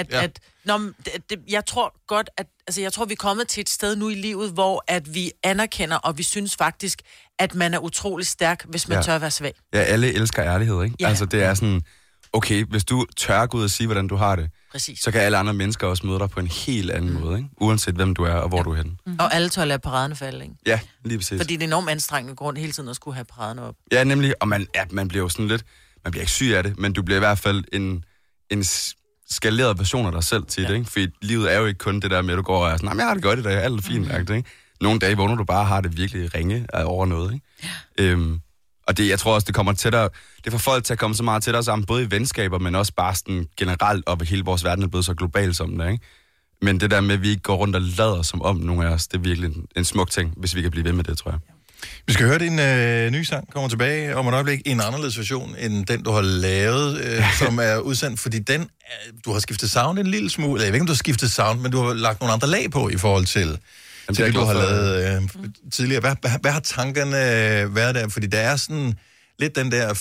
jeg tror, vi er kommet til et sted nu i livet, hvor at vi anerkender, og vi synes faktisk, at man er utrolig stærk, hvis man tør være svag. Ja, alle elsker ærlighed, ikke? Ja. Altså, det er sådan... Okay, hvis du tør gå ud og sige, hvordan du har det, så kan alle andre mennesker også møde dig på en helt anden måde, ikke? Uanset hvem du er og hvor du er henne. Og alle tør lade paraderne falde, ikke? Ja, lige præcis. Fordi det er enormt anstrengende grund hele tiden at skulle have paraderne op. Ja, nemlig, og man bliver jo sådan lidt, man bliver ikke syg af det, men du bliver i hvert fald en skaleret version af dig selv til det, ikke? Fordi livet er jo ikke kun det der med, at du går og er sådan, nej, jeg har det godt i dag, alt er fint, ikke? Nogle dage vågner du bare har det virkelig ringe over noget, ikke? Ja. Og det, jeg tror også, det kommer tættere, det får folk til at komme så meget tættere sammen, både i venskaber, men også bare sådan generelt, og hele vores verden er blevet så global som det, ikke? Men det der med, at vi ikke går rundt og lader som om nogle af os, det er virkelig en smuk ting, hvis vi kan blive ved med det, tror jeg. Vi skal høre din nye sang, kommer tilbage om et øjeblik, i en anderledes version, end den, du har lavet, som er udsendt, fordi den, du har skiftet sound en lille smule, jeg ved ikke, om du har skiftet sound, men du har lagt nogle andre lag på i forhold til det, du har lavet tidligere. Hvad har tankerne været der? Fordi der er sådan lidt den der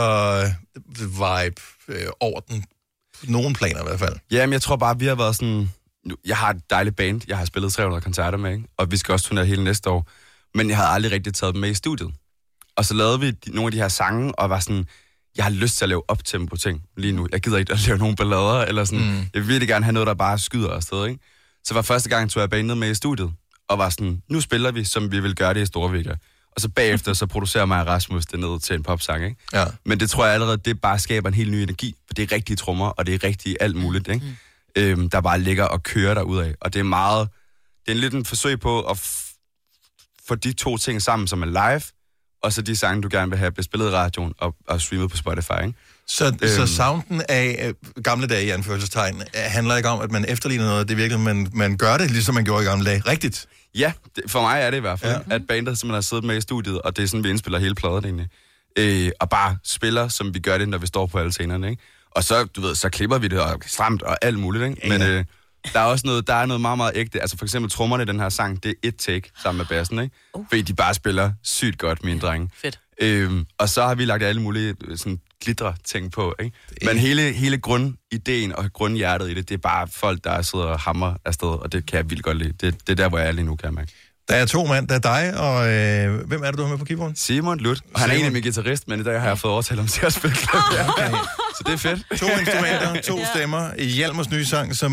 80'er-vibe over den. Nogle planer i hvert fald. Jamen, jeg tror bare, vi har været sådan... Jeg har et dejligt band. Jeg har spillet 300 koncerter med, ikke? Og vi skal også turnere hele næste år. Men jeg havde aldrig rigtig taget dem med i studiet. Og så lavede vi nogle af de her sange, og var sådan... Jeg har lyst til at lave optempo-ting lige nu. Jeg gider ikke at lave nogle ballader, eller sådan... Jeg vil virkelig gerne have noget, der bare skyder afsted, ikke? Så var første gang, tog jeg bandet med i studiet. Og var sådan, nu spiller vi, som vi vil gøre det i Storvika. Og så bagefter, så producerer mig og Rasmus det ned til en popsang, ikke? Ja. Men det tror jeg allerede, det bare skaber en helt ny energi. For det er rigtige trommer, og det er rigtigt alt muligt, ikke? Der bare ligger og kører derudad. Og det er meget... Det er lidt en forsøg på at få de to ting sammen, som er live, og så de sange, du gerne vil have spillet i radioen og streamet på Spotify, ikke? Så sounden af gamle dage i anførselstegn handler ikke om, at man efterligner noget. Det er virkelig, man gør det, ligesom man gjorde i gamle dage. Rigtigt? Ja, for mig er det i hvert fald. Ja. At bandet simpelthen har siddet med i studiet, og det er sådan, vi indspiller hele pladen egentlig. Og bare spiller, som vi gør det, når vi står på alle scenerne, ikke? Og så, du ved, så klipper vi det og stramt og alt muligt, ikke? Men der er også noget, meget, meget ægte. Altså for eksempel trommerne i den her sang, det er et take sammen med bassen, ikke? Fordi de bare spiller sygt godt, mine drenge. Fedt. Og så har vi lagt alle mulige sådan glitre ting på, ikke? Men hele grundideen og grundhjertet i det, det er bare folk, der sidder og hammer afsted, og det kan jeg vildt godt lide. Det er der, hvor jeg er lige nu, kan jeg mærke. Der er to mand, der er dig, og hvem er det, du har med på keyboarden? Simon Lut. Og han er egentlig min guitarist, men i dag har jeg fået overtalt om til at spille klaver. Okay. Så det er fedt. 2 instrumenter, 2 stemmer. Hjalmars nye sang, som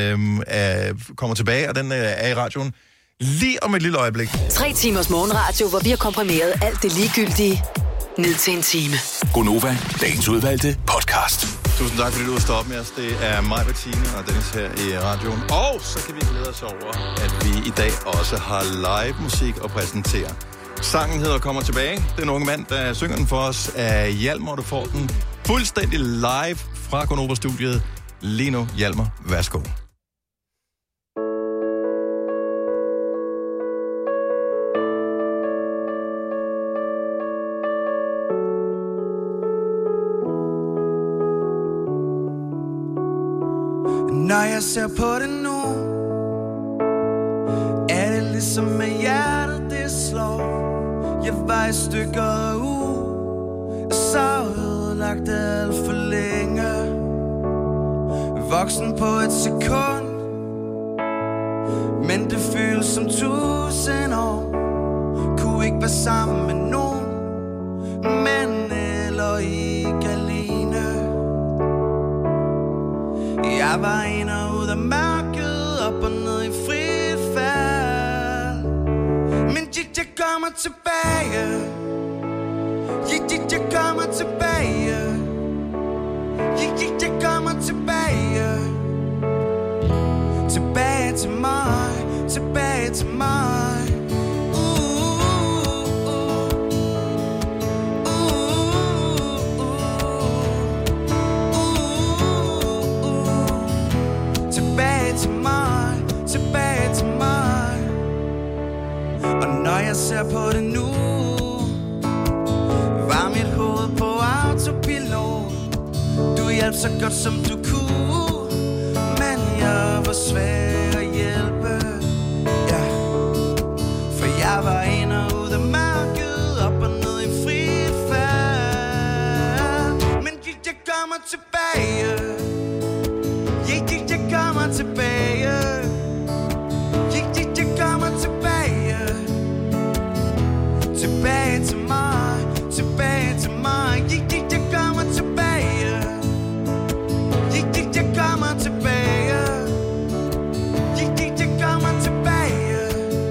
kommer tilbage, og den er i radioen lige om et lille øjeblik. 3 timers morgenradio, hvor vi har komprimeret alt det ligegyldige ned til en time. Gonova, dagens udvalgte podcast. Tusind tak, fordi du har stået op med os. Det er mig, Bettine og Dennis her i radioen. Og så kan vi glæde os over, at vi i dag også har live musik at præsentere. Sangen hedder Kommer tilbage. Den unge mand, der synger den for os, er Hjalmar. Du får den fuldstændig live fra Gonova-studiet. Lige nu, Hjalmar, værsgo. Når jeg ser på det nu, er det ligesom med hjertet det slår. Jeg var i stykker og så ødelagt alt for længe. Voksen på et sekund, men det føles som 1000 år. Kunne ikke være sammen med nogen, men eller ikke alene. Jeg var ind og ud af mørket, op og ned i frit fald. Men jeg kommer tilbage. Jeg kommer tilbage. Jeg kommer tilbage. Tilbage til mig. Tilbage til mig. hjælpe så godt som du kunne, men jeg var svær at hjælpe. Ja, for jeg var ind og ud af mørket, op og ned i frit fald. Men jeg kommer tilbage. Jeg kommer tilbage. Jeg kommer tilbage. Tilbage til mig. Tilbage til mig. Jeg kommer tilbage. Jeg kommer tilbage. Jeg kommer tilbage.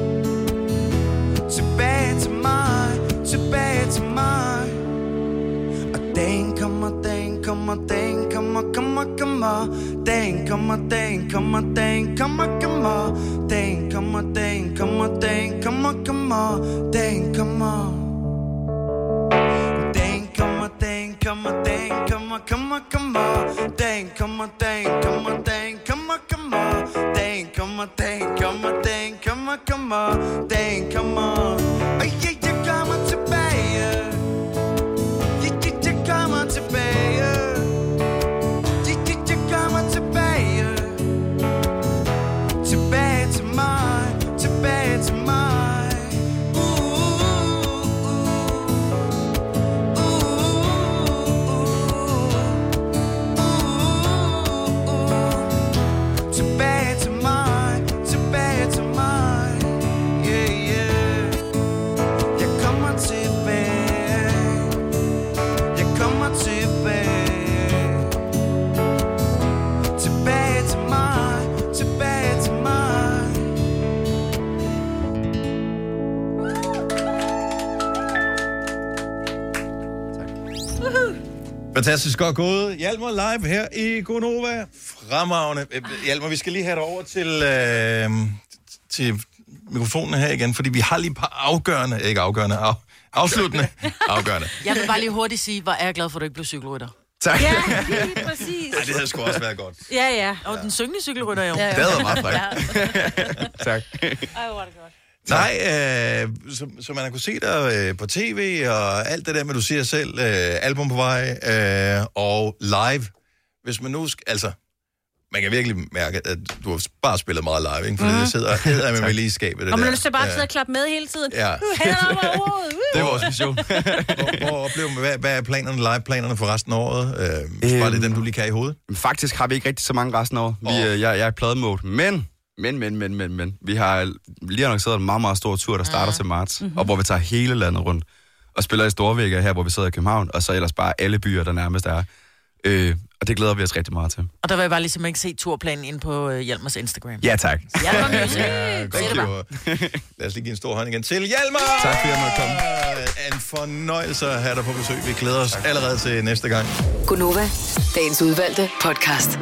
Tilbage til mig. Tilbage til mig. Og dagen kommer, dagen kommer, dagen kommer, kommer, kommer. Dagen kommer, dagen kommer, dagen kommer, kommer. Dagen kommer, dagen kommer, dagen kommer, kommer. Dagen kommer. Dagen kommer, dagen kommer, dagen kommer, kommer, kommer. Dagen kommer, dagen kommer, dagen kommer, kommer. Dagen kommer, dagen kommer, dagen kommer, kommer. Dagen kommer. Og jeg kommer tilbage. Jeg kommer tilbage. Jeg kommer tilbage. Tilbage til mig. Tilbage til mig. Tilbage til mig. Tilbage til mig. Yeah, yeah. Jeg kommer tilbage. Jeg kommer tilbage. Tilbage til mig. Tilbage til mig. Fantastisk godt gået. Hjalmar live her i Gonova. Fremragende. Hjalmar, vi skal lige have dig over til mikrofonen her igen, fordi vi har lige et par afsluttende. Jeg vil bare lige hurtigt sige, hvor er jeg glad for, at du ikke blev cykelrytter. Tak. Ja, lige præcis. Ej, det havde sgu også været godt. Ja, ja. Og den syngende cykelrytter, jo. Ja, Det havde været meget frækt. Tak. Ej, hvor er det godt. Nej, så man har kunnet se dig på tv og alt det der, men du siger selv, album på vej og live. Hvis man nu, man kan virkelig mærke, at du har bare spillet meget live, ikke? For det sidder med lige i skabet. Og man har lyst til bare at sidde og klappe med hele tiden. Ja. Det er vores mission. Hvor oplever hvad er planerne, live-planerne for resten af året? Bare det dem, du lige kan i hovedet? Faktisk har vi ikke rigtig så mange resten af året. Jeg er i plademode, men vi har lige annonceret en meget, meget stor tur, der starter til marts, og hvor vi tager hele landet rundt og spiller i Storvægger her, hvor vi sidder i København, og så ellers bare alle byer, der nærmest er. Og det glæder vi os rigtig meget til. Og der vil jeg bare ligesom ikke se turplanen ind på Hjalmars Instagram. Ja, tak. Hjalmar Music. Thank you. Lad os lige give en stor hånd igen til Hjalmar! Tak fordi jeg måtte komme. En fornøjelse at have dig på besøg. Vi glæder os allerede til næste gang. Gonova, dagens udvalgte podcast.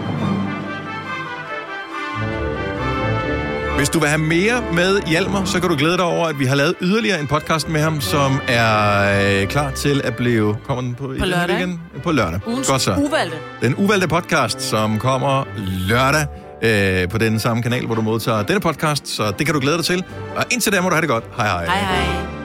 Hvis du vil have mere med Hjalmar, så kan du glæde dig over, at vi har lavet yderligere en podcast med ham, som er klar til at blive... Kommer den på lørdag? Igen? På lørdag. Ugens uvalgte. Den uvalgte podcast, som kommer lørdag på den samme kanal, hvor du modtager denne podcast. Så det kan du glæde dig til. Og indtil da må du have det godt. Hej hej. Hej hej.